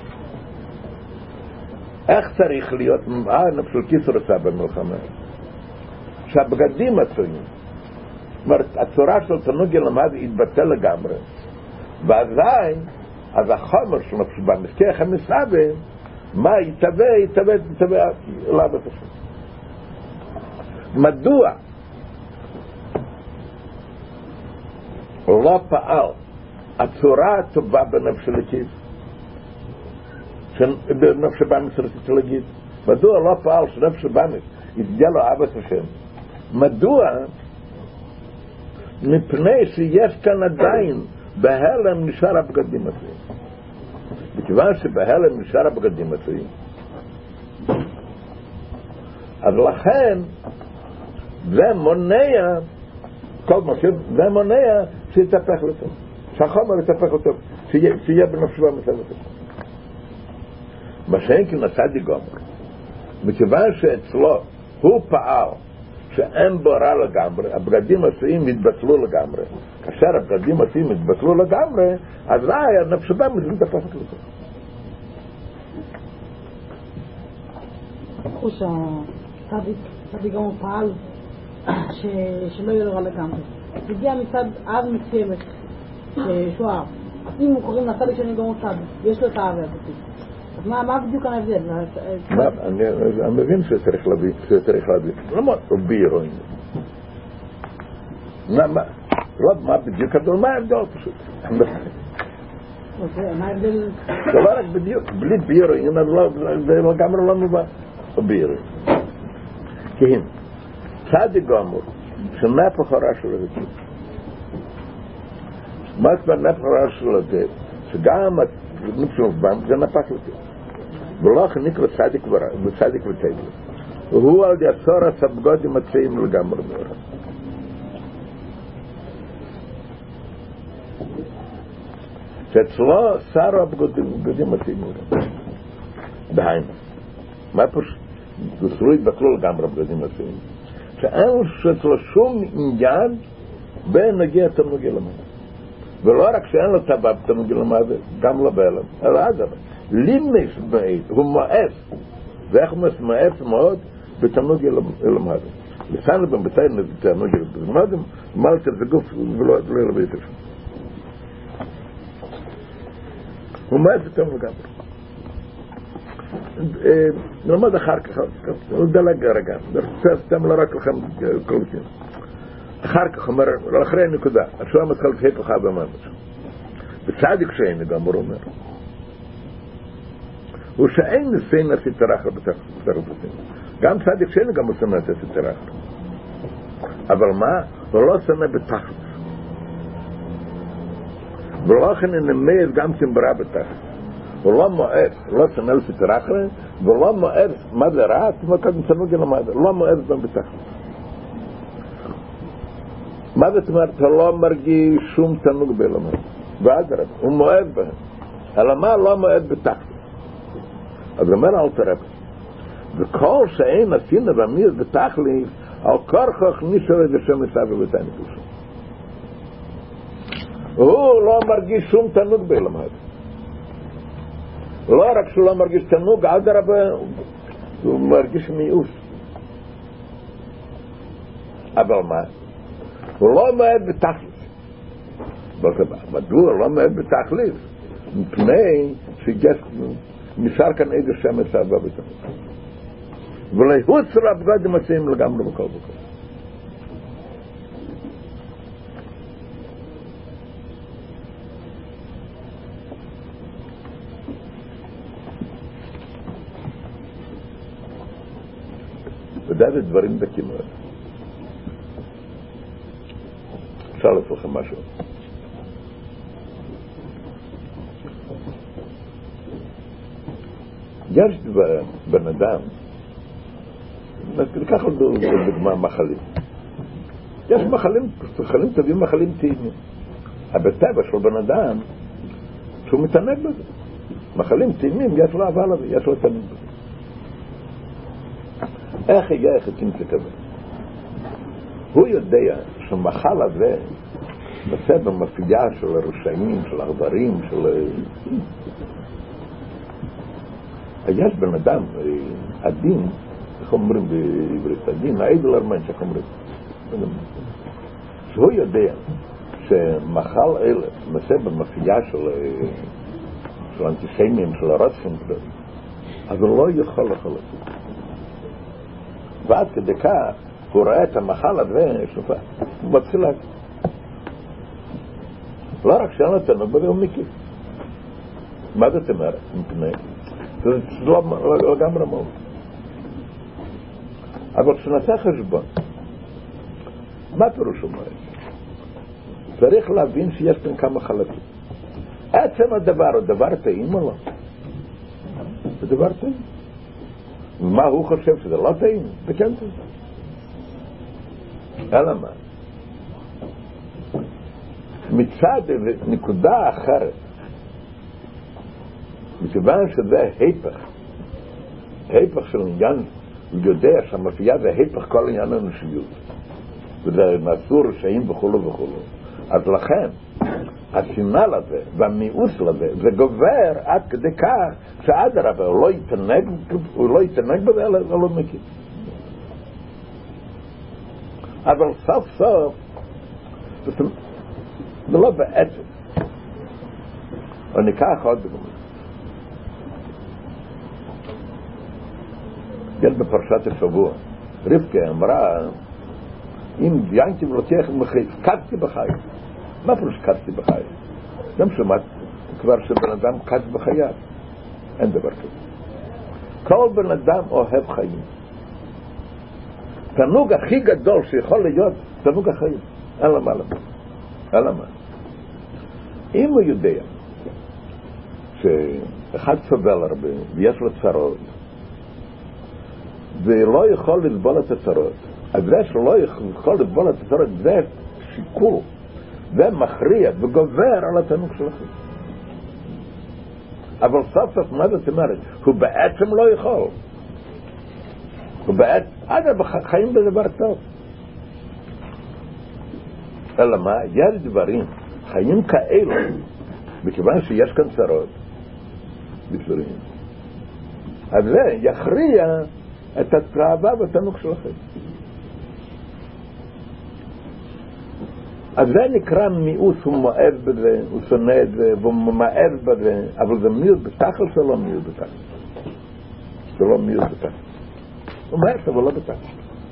איך צריך להיות, נפשל קיסר עשה במלחמה? שהבגדים עשויים. זאת אומרת, הצורה של תענוג למד יתבטל לגמרי. ועדיין, אז החומר של נפשבאמיס תהיה המסעדה, מה יתווה לאבא השם. מדוע לא פעל הצורה הטובה בנפש הלקיס בנפש הבאמיס רציתי להגיד, מדוע לא פעל שנפש הבאמיס יתגלה לו אבא השם? מדוע? מפני שיש כאן עדיין בהלם נשאר הבגדים הזה. מכיוון שבהלם נשאר הבגדים עשויים, אז לכן זה מונע כל מה שזה מונע שיתהפך לטוב, שהחומר יתהפך לטוב, שיהיה בנפשו המסלמת. מה שאין כי נסעדי גומר, מכיוון שאצלו הוא פעל שאין בו רע לגמרי, הבגדים עשויים יתבטלו לגמרי. כאשר הבגדים עשויים יתבטלו לגמרי, אז הנפש הבאמיס מתהפכת לטוב. חוש הצדיק גם פעל שלא יהיה לו רע לגמרי. הגיע מצד אב מסוימת שהוא אב. אם הוא קוראים לצדיק שאני גם צדיק, יש לו את האב הזה. אז מה בדיוק ההבדל? אני מבין שצריך להביא. למה בירו? מה בדיוק? מה ההבדל פשוט? מה ההבדל? זה לא רק בדיוק, בלי בירו, זה לגמרי לא מובן. בירו. כי הם, צדיק גמור, שנפח הרע שלו זה. מה כבר נפח הרע שלו זה? שגם זה נפח לזה. ולכן נקרא צדיק וטבע. והוא על יצור הסבגודים הצעים לגמרי בעולם. שאצלו שרו הבגדים הצעים לגמרי. דהיינו. מה פשוט? אצלו התבטלו לגמרי הבגדים הצעים. שאין שאצלו שום עניין בין נגיע תענוג למד. ולא רק שאין לו טבע בתענוג למד, גם לא בהלם, אלא אגב. לימס בעיד, הוא מואף, ואיך הוא מואף מאוד בתענוג למד. לסענו במתאים בתענוג למד, מלת את הגוף ולא ירבה את השם. הוא מואף בתענוג לגמרי. נלמד אחר כך, הוא דלג רגע, סתם לא רק לכם קולטים. אחר כך אומר, לאחרי הנקודה, השואל מתחיל תהיה כוחה במאמץ. וצדיק שאין גם הוא אומר. הוא שאין ניסיין נעשית תרחר בתרחותים. גם צדיק שאין גם הוא שונא נעשית תרחר. אבל מה? הוא לא שונא בתחת. ולא כן נמייז גם תמברה בתחת. הוא לא מואף, לא שונא נעשית תרחר, ולא מואף מה זה רע, כמו קודם צנוגי למד, לא מואף גם בתחת. מה זאת אומרת? הוא לא מרגיש שום תענוג בלמד. ואדרבה, הוא מואב בהם. אלא מה לא מואב בתחת? אז אומר אל תרב. וכל שאין עשינו במיר בתכלי, על כורכך נשאר איזה שם מסעבר בתעני פושע. הוא לא מרגיש שום תענוג בלמד. לא רק שהוא לא מרגיש תענוג, אדרבה, הוא מרגיש מיאוס. אבל מה? הוא לא מואב בתכלית. מדוע הוא לא מואב בתכלית? מפני שנשאר כאן איזה שמץ אהבה בתכלית. ולהוצר הבגדים עושים לגמרי בכל בכל. וזה דברים דקים מאוד. אפשר לעשות לכם משהו. יש בן אדם, ניקח לדוגמה מחלים. יש מחלים טובים, מחלים טעימים. בטבע של בן אדם, שהוא מתענג בזה. מחלים טעימים, יש לו אהבה לזה, יש לו תענג בזה. איך יהיה תמצא כזה? הוא יודע שמחל הזה נושא במפייה של הרשעים, של הרברים, של... יש בן אדם, הדין, איך אומרים בעברית, הדין, העדל הרמנש, איך אומרים? שהוא יודע שמחל אלה נושא במפייה של אנטישמים, של הרוצחים, אז הוא לא יכול לאכול את זה. ועד כדי כך הוא רואה את המחל הזה, הוא מתחיל להגיד. לא רק שאין אותנו, אבל הוא מקיף. מה זאת אומרת? זה לא לגמרי מאוד. אבל כשנעשה חשבון, מה פירוש אומר? צריך להבין שיש כאן כמה חלקים. עצם הדבר טעים או לא? זה דבר טעים. מה הוא חושב שזה לא טעים? זה כן טעים. אלא מה? מצד נקודה אחרת, מכיוון שזה היפך של עניין, הוא יודע שהמאפייה זה היפך כל עניין האנושיות, וזה מסור רשעים וכולו וכולו. אז לכן השנאה לזה והמיאוס לזה זה גובר עד כדי כך שאדרבה הוא לא יתענג בזה אלא לא מכיר. אבל סוף סוף זה לא בעצם. וניקח עוד דוגמה. יש בפרשת השבוע רבקה אמרה, אם דיינתי ולותיך מחייב, קדתי בחיים. מה פירוש קדתי בחיים? גם שמעת כבר שבן אדם קד בחייו. אין דבר כזה. כל בן אדם אוהב חיים. תענוג הכי גדול שיכול להיות תענוג החיים. אין למה למה. אין למה. אם הוא יודע שאחד סובל הרבה ויש לו צרות ולא יכול לסבול את הצרות, אז זה שלא יכול לסבול את הצרות זה שיקול, זה מכריע וגובר על התענוג שלכם. אבל סוף סוף מה זאת אומרת? הוא בעצם לא יכול. הוא בעצם חיים בדבר טוב. אלא מה? יש דברים חיים כאלו מכיוון שיש כאן צרות בפלורים, אז זה יכריע את התאווה והתענוג שלכם. אז זה נקרא מיאוס, הוא מואב בזה, הוא שונא את זה, והוא ממאב בזה, אבל זה מיאוס בתחל, זה לא מיאוס בתחל. זה לא מיאוס בתחל. הוא מאב, אבל לא בתחל.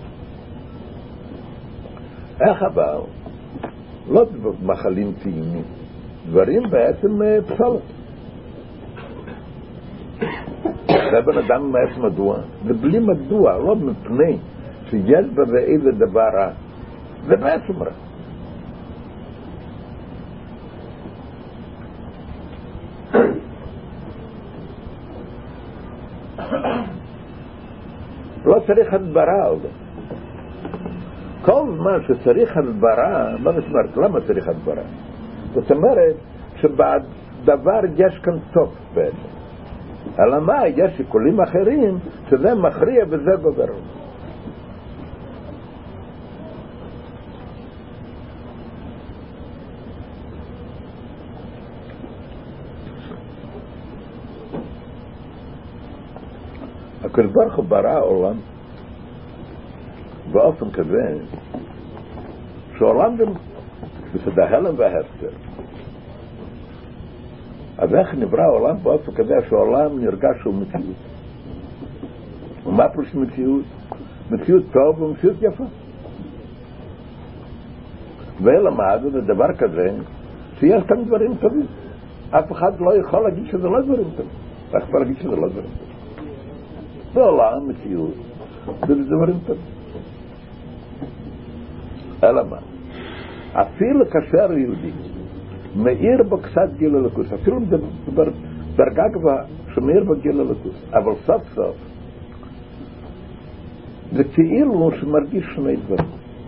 איך אבל? לא מחלים טעימים, דברים בעצם פסולת. זה בן אדם מאס מדוע, ובלי מדוע, לא מפני שיש בזה איזה דבר רע, זה בעצם רע. לא צריך הסברה על זה. כל זמן שצריך הסברה, מה זאת אומרת? למה צריך הסברה? זאת אומרת שבדבר יש כאן סוף בעצם. אלא מה? יש שיקולים אחרים שזה מכריע וזה גובר. הקדוש ברוך הוא ברא העולם באופן כזה שהעולם בסדר ההלם וההפקר. אז איך נברא העולם באופן כזה שהעולם נרגש שהוא מציאות? ומה פרוש מציאות? מציאות טוב ומציאות יפה. ולמד את הדבר כזה שיש כאן דברים טובים. אף אחד לא יכול להגיד שזה לא דברים טובים. רק יכול להגיד שזה לא דברים טובים. בעולם מציאות זה דברים טובים. אלא מה? אפילו כאשר יהודי מאיר בו קצת גיל הלקוס, אפילו דרגה גבוהה שמאיר בו גיל הלקוס, אבל סוף סוף זה כאילו שמרגיש שני דברים.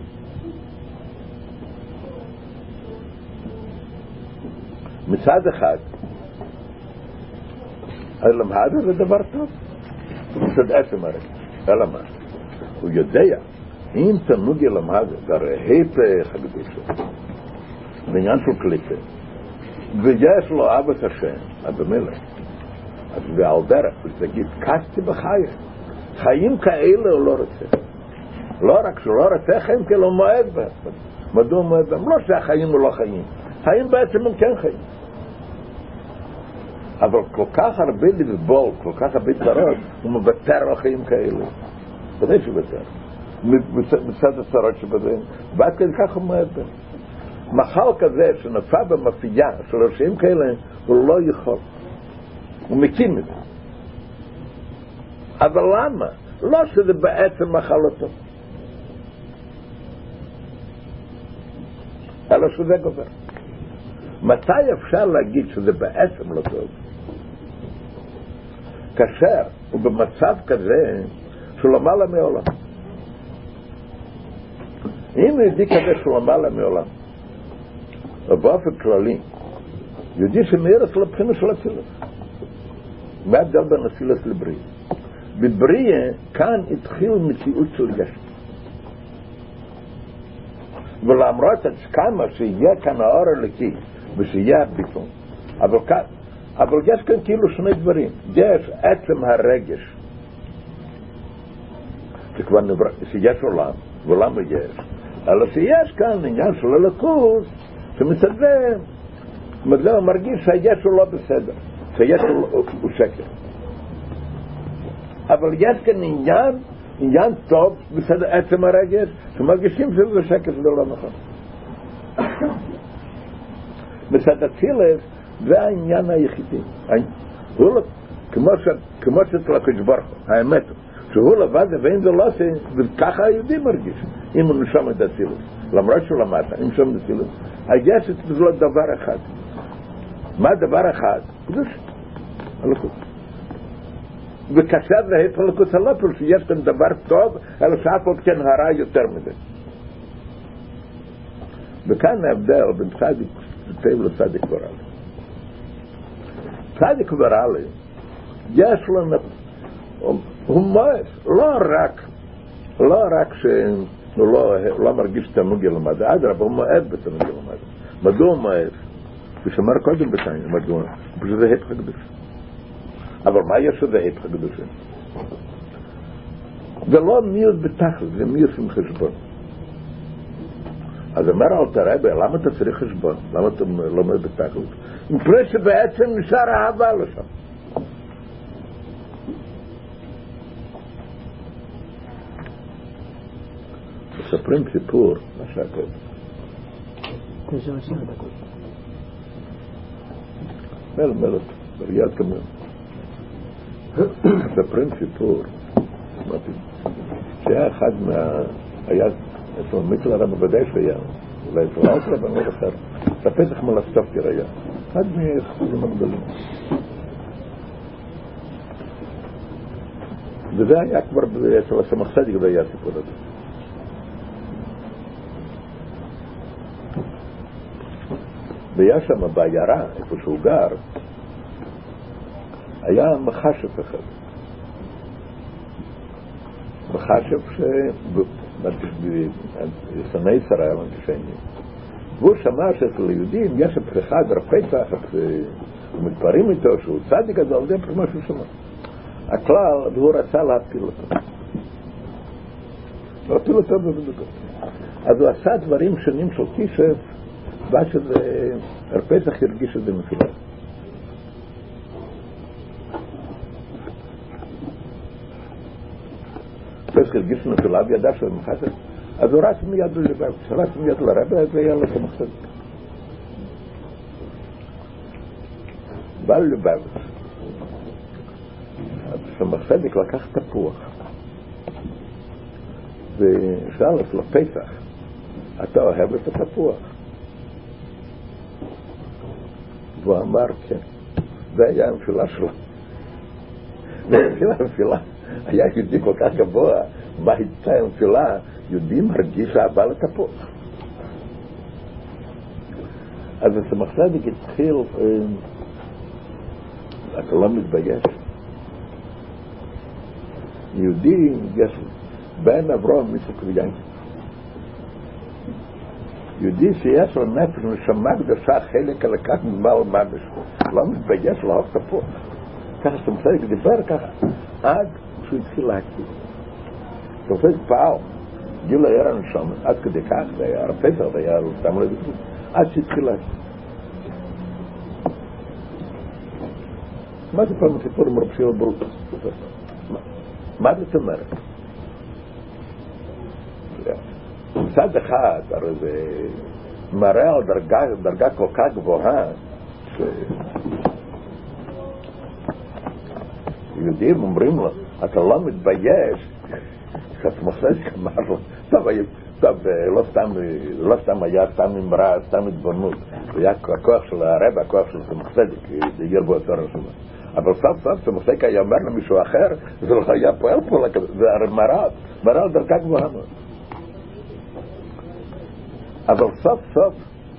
מצד אחד הלמד זה דבר טוב, מצד עצם הרגע. אלא מה? הוא יודע אם תנוג ילמד זה הרי היפך הקדושה בעניין של קליפה, ויש לו אבא השם במילא, אז ועל דרך תגיד קסתי בחיי חיים כאלה הוא לא רוצה, לא רק שלא רוצה חיים כי לא מועד בהם. מדוע מועד בהם? לא שהחיים הוא לא חיים, חיים בעצם הם כן חיים, אבל כל כך הרבה לבול, כל כך הרבה צרות הוא מבטר על חיים כאלה, כדי שבטר מצד הצרות שבזה, ועד כדי כך הוא מועד בהם. מחל כזה שנפע במפייה של רשעים כאלה הוא לא יכול, הוא מקים את זה. אבל למה? לא שזה בעצם מחלתו, אלא שזה גובר. מתי אפשר להגיד שזה בעצם לא טוב? כאשר הוא במצב כזה שהוא למעלה מעולם. אם יהודי כזה שהוא למעלה מעולם, ובאופן כללי יהודי שמאיר את לבחינה של אצילת, מה ההבדל בין אצילת לבריאה? בבריאה כאן התחיל מציאות של יש, ולמרות כמה שיהיה כאן האור הלקי ושיהיה הביטון, אבל יש כאן כאילו שני דברים. יש עצם הרגש שכבר נברא, שיש עולם ועולם יש, אלא שיש כאן עניין של הלקוס שמסדר, מדוע מרגיש שהיש הוא לא בסדר, שהיש הוא שקר. אבל יש כאן עניין טוב בסדר עצם הרגש שמרגישים שזה שקר, זה לא נכון. בסדר צילס זה העניין היחידי, כמו שאצל הקדוש ברוך הוא, האמת שהוא לבד ואין זה לא עושה, וככה היהודי מרגיש אם הוא נשום את הצילס, למרות שהוא למטה, אם נשום את הצילס. היש זה לא דבר אחד. מה דבר אחד? קדוש הלכות. וכאשר זה היפך הלכות הלפול שיש כאן דבר טוב, אלא שאף עוד כן הרע יותר מזה. וכאן ההבדל בין צדיק טוב לצדיק ורע. צדיק ורע יש לנו, הוא מואף, לא רק שהוא לא מרגיש תענוג ילמד, אדרבה, הוא מואף בתענוג ילמד. מדוע הוא מואף? ושמר קודם בתענוג, מדוע? פשוט זה היפך הקדושה. אבל מה יש שזה היפך הקדושה? זה לא מיעוט בתכלס, זה מיעוט עם חשבון. אז אומר אלתר רבי, למה אתה צריך חשבון? למה אתה לא מיעוט בתכלס? מפני שבעצם נשאר אהבה לשם. מספרים סיפור, מה שהכל. 9 דקות. מלך, בריאת כמובן. מספרים סיפור, שהיה אחד היה אצל מיטל הרב בוודאי שהיה, אולי אצל אלתר רבי לא אחר, בפתח מלסטופקר היה, אחד מהחסידים הגדולים. וזה היה כבר אצל הסמך צדיק, זה היה הסיפור הזה. והיה שם בעיירה, איפה שהוא גר, היה מחשב אחד. מחשב ששונא ישראל אנטישמי. והוא שמע שאצל היהודים יש פריחה דרפצח, ומתפארים איתו שהוא צדיק גדול, זה מה שהוא שמע. הכלל, והוא רצה להפיל אותו. להפיל אותו בבדוקות. אז הוא עשה דברים שונים של כישף, ועד שזה, הרפצח הרגיש את זה מפילה. פסק הרגיש נטולה בידה של מחסד, אז הוא רץ מיד ללבב, כשרץ מיד לרבא, אז היה לו סמחסד. בא ללבב, סמחסדיק לקח תפוח, ושאל את לו פסח, אתה אוהב את התפוח? והוא אמר כן. זה היה הנפילה שלו. והנפילה היה יהודי כל כך גבוה, מה הייתה הנפילה? יהודי מרגיש אהבה לתפוח. אז הסמחסדיק התחיל, אתה לא מתבייש. יהודי, יש בן אברהם מסוק ויין. יהודי שיש לו נפש נשמה קדושה חלק הלקח ממעל ממש, לא מתבייש לאהוב תפוח. ככה סמחסדיק דיבר ככה, עד שהוא התחיל להכיר. תופס פעל, גיל היה הנשמה, עד כדי כך, זה היה הפסח, זה היה סתם לביטוי, עד שהתחיל להכיר. מה זה פעם סיפור עם רב שילה ברוך? מה זאת אומרת? מצד אחד, הרי זה מראה על דרגה כל כך גבוהה, שיהודים אומרים לו, אתה לא מתבייש, שהסמחסדיק אמר לו, טוב, לא סתם היה סתם אמרה, סתם התבוננות, היה הכוח של הרב, הכוח של הסמחסדיק, זה יהיה בו יותר רשום. אבל סוף סמחסדיק היה אומר למישהו אחר, זה לא היה פועל פה, זה מראה על דרגה גבוהה מאוד. אבל סוף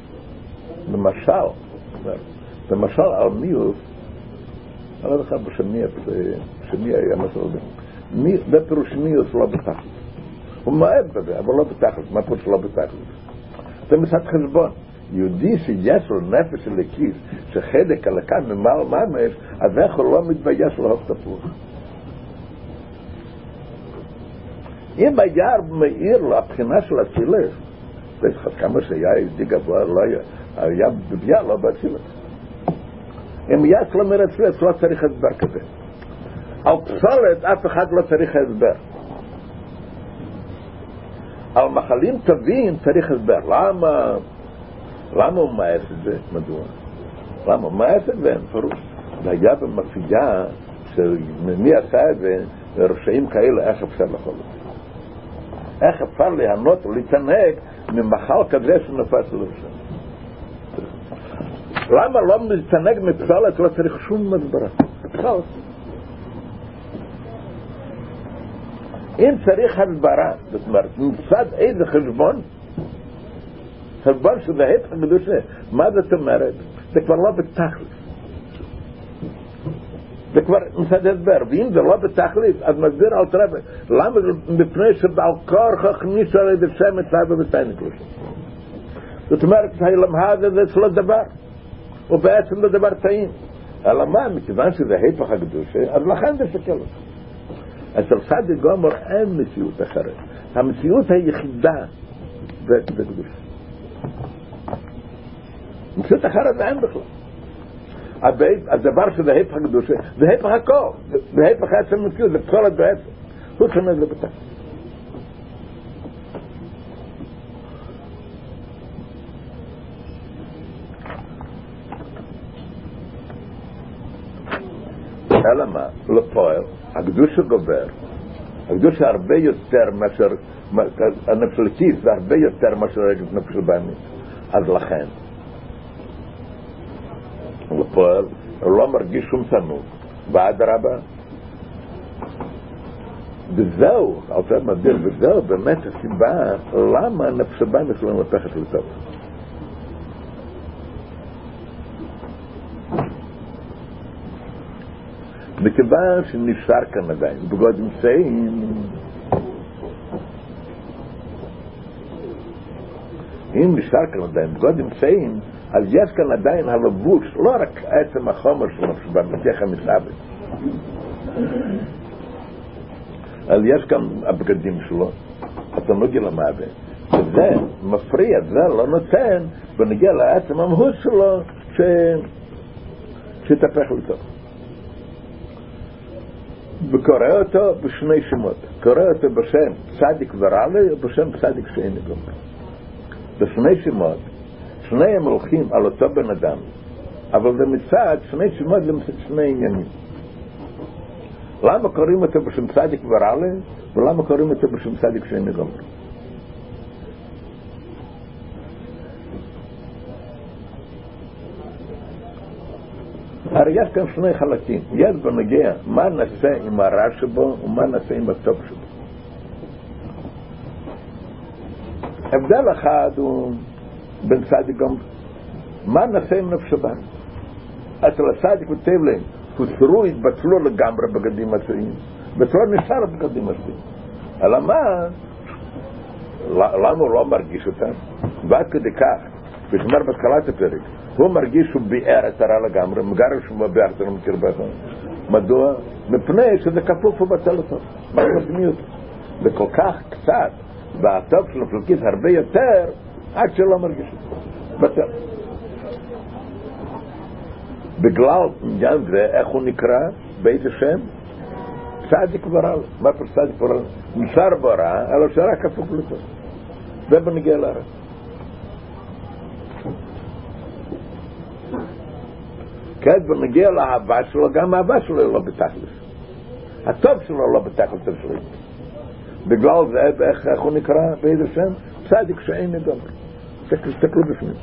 למשל על מיוס, אני לא יודע בשמי היה מסורת, זה פירוש מיוס לא בתכלית. הוא מאהב בזה, אבל לא בתכלית. מה פירוש לא בתכלית? זה מצד חשבון. יהודי שיש לו נפש אלוקית, שחלק הלקה ממעל ממש, אז איך הוא לא מתבייש לאהוב תפוח? אם היה מאיר לו הבחינה של הצילס, כמה שהיה יהודי גבוה, היה בביאה לא בהצילס. אם היה כלומר הצילס, לא צריך הסבר כזה. על פסולת אף אחד לא צריך הסבר. על מחלים טובים צריך הסבר. למה הוא מאס את זה? מדוע? למה? הוא מאס את זה? אין פירוש. זה היה במפייה שמי עשה את זה, ורשעים כאלה, איך אפשר לכל זה? איך אפשר ליהנות ולהתענג ממחל כזה שנפס לרשעים? למה לא מתענג מפסולת? לא צריך שום הסברה. חלק. אם צריך הסברה, זאת אומרת, מצד איזה חשבון שזה ההפך הקדושה, מה זאת אומרת? זה כבר לא בתכלית. זה כבר מצד הסבר, ואם זה לא בתכלית, אז מסביר על תרבה, למה? מפני שבעל כורח הכניסו על ידי שם מצווה ותיינקלוש. זאת אומרת, ההלם הזה זה אצלו דבר, ובעצם זה דבר טעים. אלא מה? מכיוון שזה ההפך הקדושה, אז לכן זה שקל אותו. אצל צדיק גמור אין מציאות אחרת. המציאות היחידה זה קדושה. מציאות אחרת זה אין בכלל. הדבר שזה ההפך הקדושה, זה ההפך הכל, זה ההפך עצם מציאות, זה פסולת בעצם. הוא שונה זה בתך. אלא מה? לפועל הקדושה גובר, הקדושה הרבה יותר מאשר הנפש אלוקית, זה הרבה יותר מאשר הנפש הבאמית. אז לכן לפועל הוא לא מרגיש שום תענוג, ואדרבה, וזהו, אלפרד מסביר, וזהו באמת הסיבה למה הנפש הבאמית לא נהפכת לטוב. מכיוון שנשאר כאן עדיין, בגודים צעים, אם נשאר כאן עדיין בגודים צעים, אז יש כאן עדיין הלבוש, לא רק עצם החומר שלו, שבמתיח המסעבד, אבל יש כאן הבגדים שלו, התנוגי למעבד, וזה מפריע, זה לא נותן, ונגיע לעצם המהות שלו, שיתהפך לטוב. וקורא אותו בשני שמות. קורא אותו בשם צדיק ורעלי ובשם צדיק שאין גמור. בשני שמות, שניהם הולכים על אותו בן אדם, אבל זה מצד שני שמות למצד שני עניינים. למה קוראים אותו בשם צדיק ורעלי ולמה קוראים אותו בשם צדיק שאין גמור? הרי יש כאן שני חלקים. יש בנגיע מה נעשה עם הרע שבו ומה נעשה עם הטוב שבו. הבדל אחד הוא בין צדיק גם מה נעשה עם נפש הבן. אצל הצדיק כותב להם הוסרו, התבטלו לגמרי בגדים הצעים, בצורה נשאר בגדים הצעים. אלא מה? למה הוא לא מרגיש אותם? ועד כדי כך בשמר בתחילת הפרק הוא מרגיש שהוא ביער את הרע לגמרי, מגרש שהוא ביער את הרע מקרבך. מדוע? מפני שזה כפוף ובטל אותו, מה מדמי אותו. וכל כך קצת והטוב של הפלוקיס הרבה יותר עד שלא מרגיש אותו בטל. בגלל עניין זה איך הוא נקרא? באיזה שם? צדיק ורע. מה פה צדיק ורע? נשאר ברע, אלא שרע כפוף לטוב. זה בנגיע להרע. כן, בנגיע לאהבה שלו, גם האהבה שלו לא בתכלס. הטוב שלו לא בתכלס שלו. בגלל זה, איך הוא נקרא באיזה שם? צדיק שאין גמור. תסתכלו בפנים.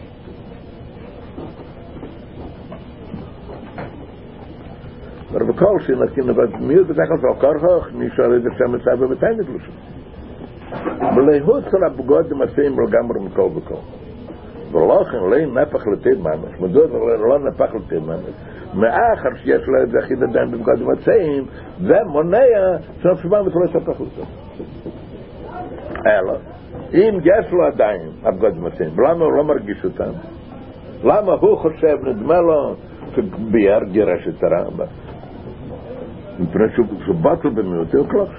ובכל שנתקים לבדמיות בתכלס על כורחך, נשאר איזה שם מצב ובתיינת לשם. ולהות של הבוגות דמסעים לגמרי מכל וכל. ולכן לא נפח לתת ממש, מדוע זה לא נפח לתת ממש. מאחר שיש לו את זה הכי דדן בבגוד מצאים, זה מונע סוף שבא ותלוי ספח לתת. אלא, אם יש לו עדיין הבגוד מצאים, ולמה הוא לא מרגיש אותם? למה הוא חושב, נדמה לו, שביער גירש את הרע? מפני שהוא בטל במיעוטי הוא כלוך.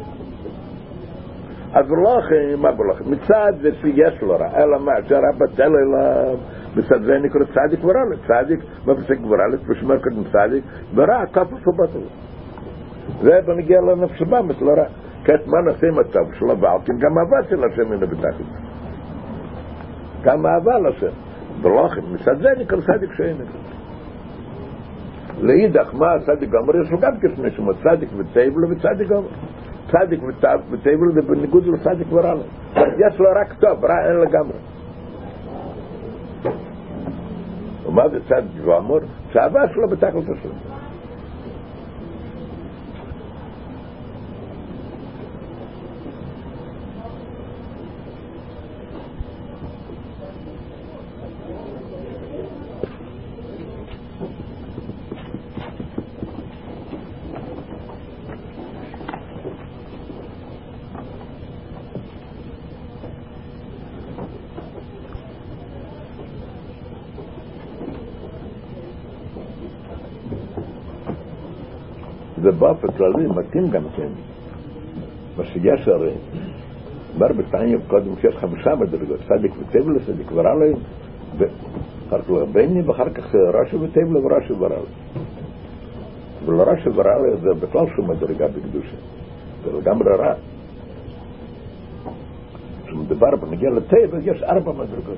אז לכן, מה בלכם? מצד זה שיש לו רע, אלא מה? שהרע בטל אליו, מצד זה נקרא צדיק ורע. צדיק, מה פסק ורע? פשמר קודם צדיק, ורע, כפוף ובטל. זה בנגיע לנפש הבא, מצל הרע. כעת מה נעשה עם הטוב שלו, ועלכן גם אהבה של השם הנה בתחת. גם אהבה לשם. ולכן, מצד זה נקרא צדיק שאין. לאידך, מה צדיק גמור? יש לו גם כשני שמות, צדיק וטייבל וצדיק גמור. צדיק וטייבל זה בניגוד לצדיק ורע. יש לו רק טוב, רע אין לגמרי. ומה זה צדיק גמור? שהאהבה שלו בתחת השם. זה באופן כללי מתאים גם כן מה שיש הרי בר בתניא קודם שיש 5 מדרגות צדיק וטייבל צדיק ורע להם ואחר כך רבני ואחר כך רש"י וטייבל ורש"י ורע להם ולרש"י ורע להם זה בכלל שום מדרגה בקדושה זה לגמרי רע כשמדבר בנגיע לטייבל יש 4 מדרגות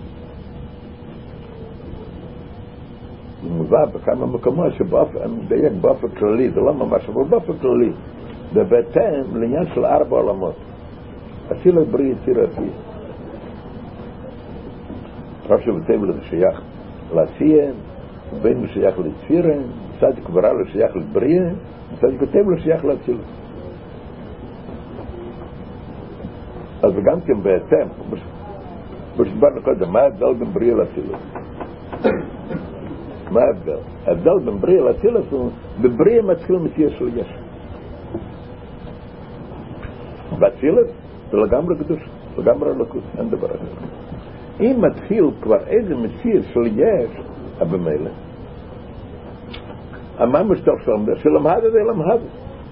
מובא בכמה מקומות שבאופן דייק באופן כללי, זה לא ממש, אבל באופן כללי זה בהתאם לעניין של 4 עולמות אציל הבריא יציר עשי רש"י וטייבל זה שייך לעשייה בין שייך לצפירה צדיק ורע שייך לבריא צדיק וטייבל שייך לאציל אז גם כן בהתאם בשבנו קודם מה ההבדל בין בריא לאציל מה ההבדל? ההבדל בין בריא לאצילס הוא בבריא מתחיל מציאה של יש באצילס זה לגמרי קדוש לגמרי לקות, אין דבר אחר אם מתחיל כבר איזה מציאה של יש במילא מה משתף שלמד את זה למד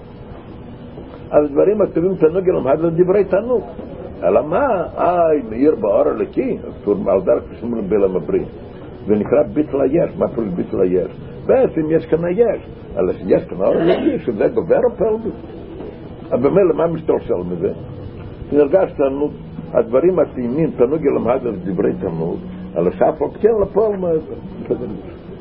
אז דברים הכתובים תנוג למד זה דברי תנוג אלא מה? מאיר באור הלקי על דרך כשמול בילה מבריא ונקרא ביטל היש. מה פה ביטל היש? אם יש כאן יש, אלא שיש כאן הרגיש, שזה גובר הפעל בזה. אבל במילא מה משתלשל מזה? נרגש תענוג, הדברים הטעימים, תענוג למד על דברי תענוג, אלא שאף עוד כן לפעול מה זה.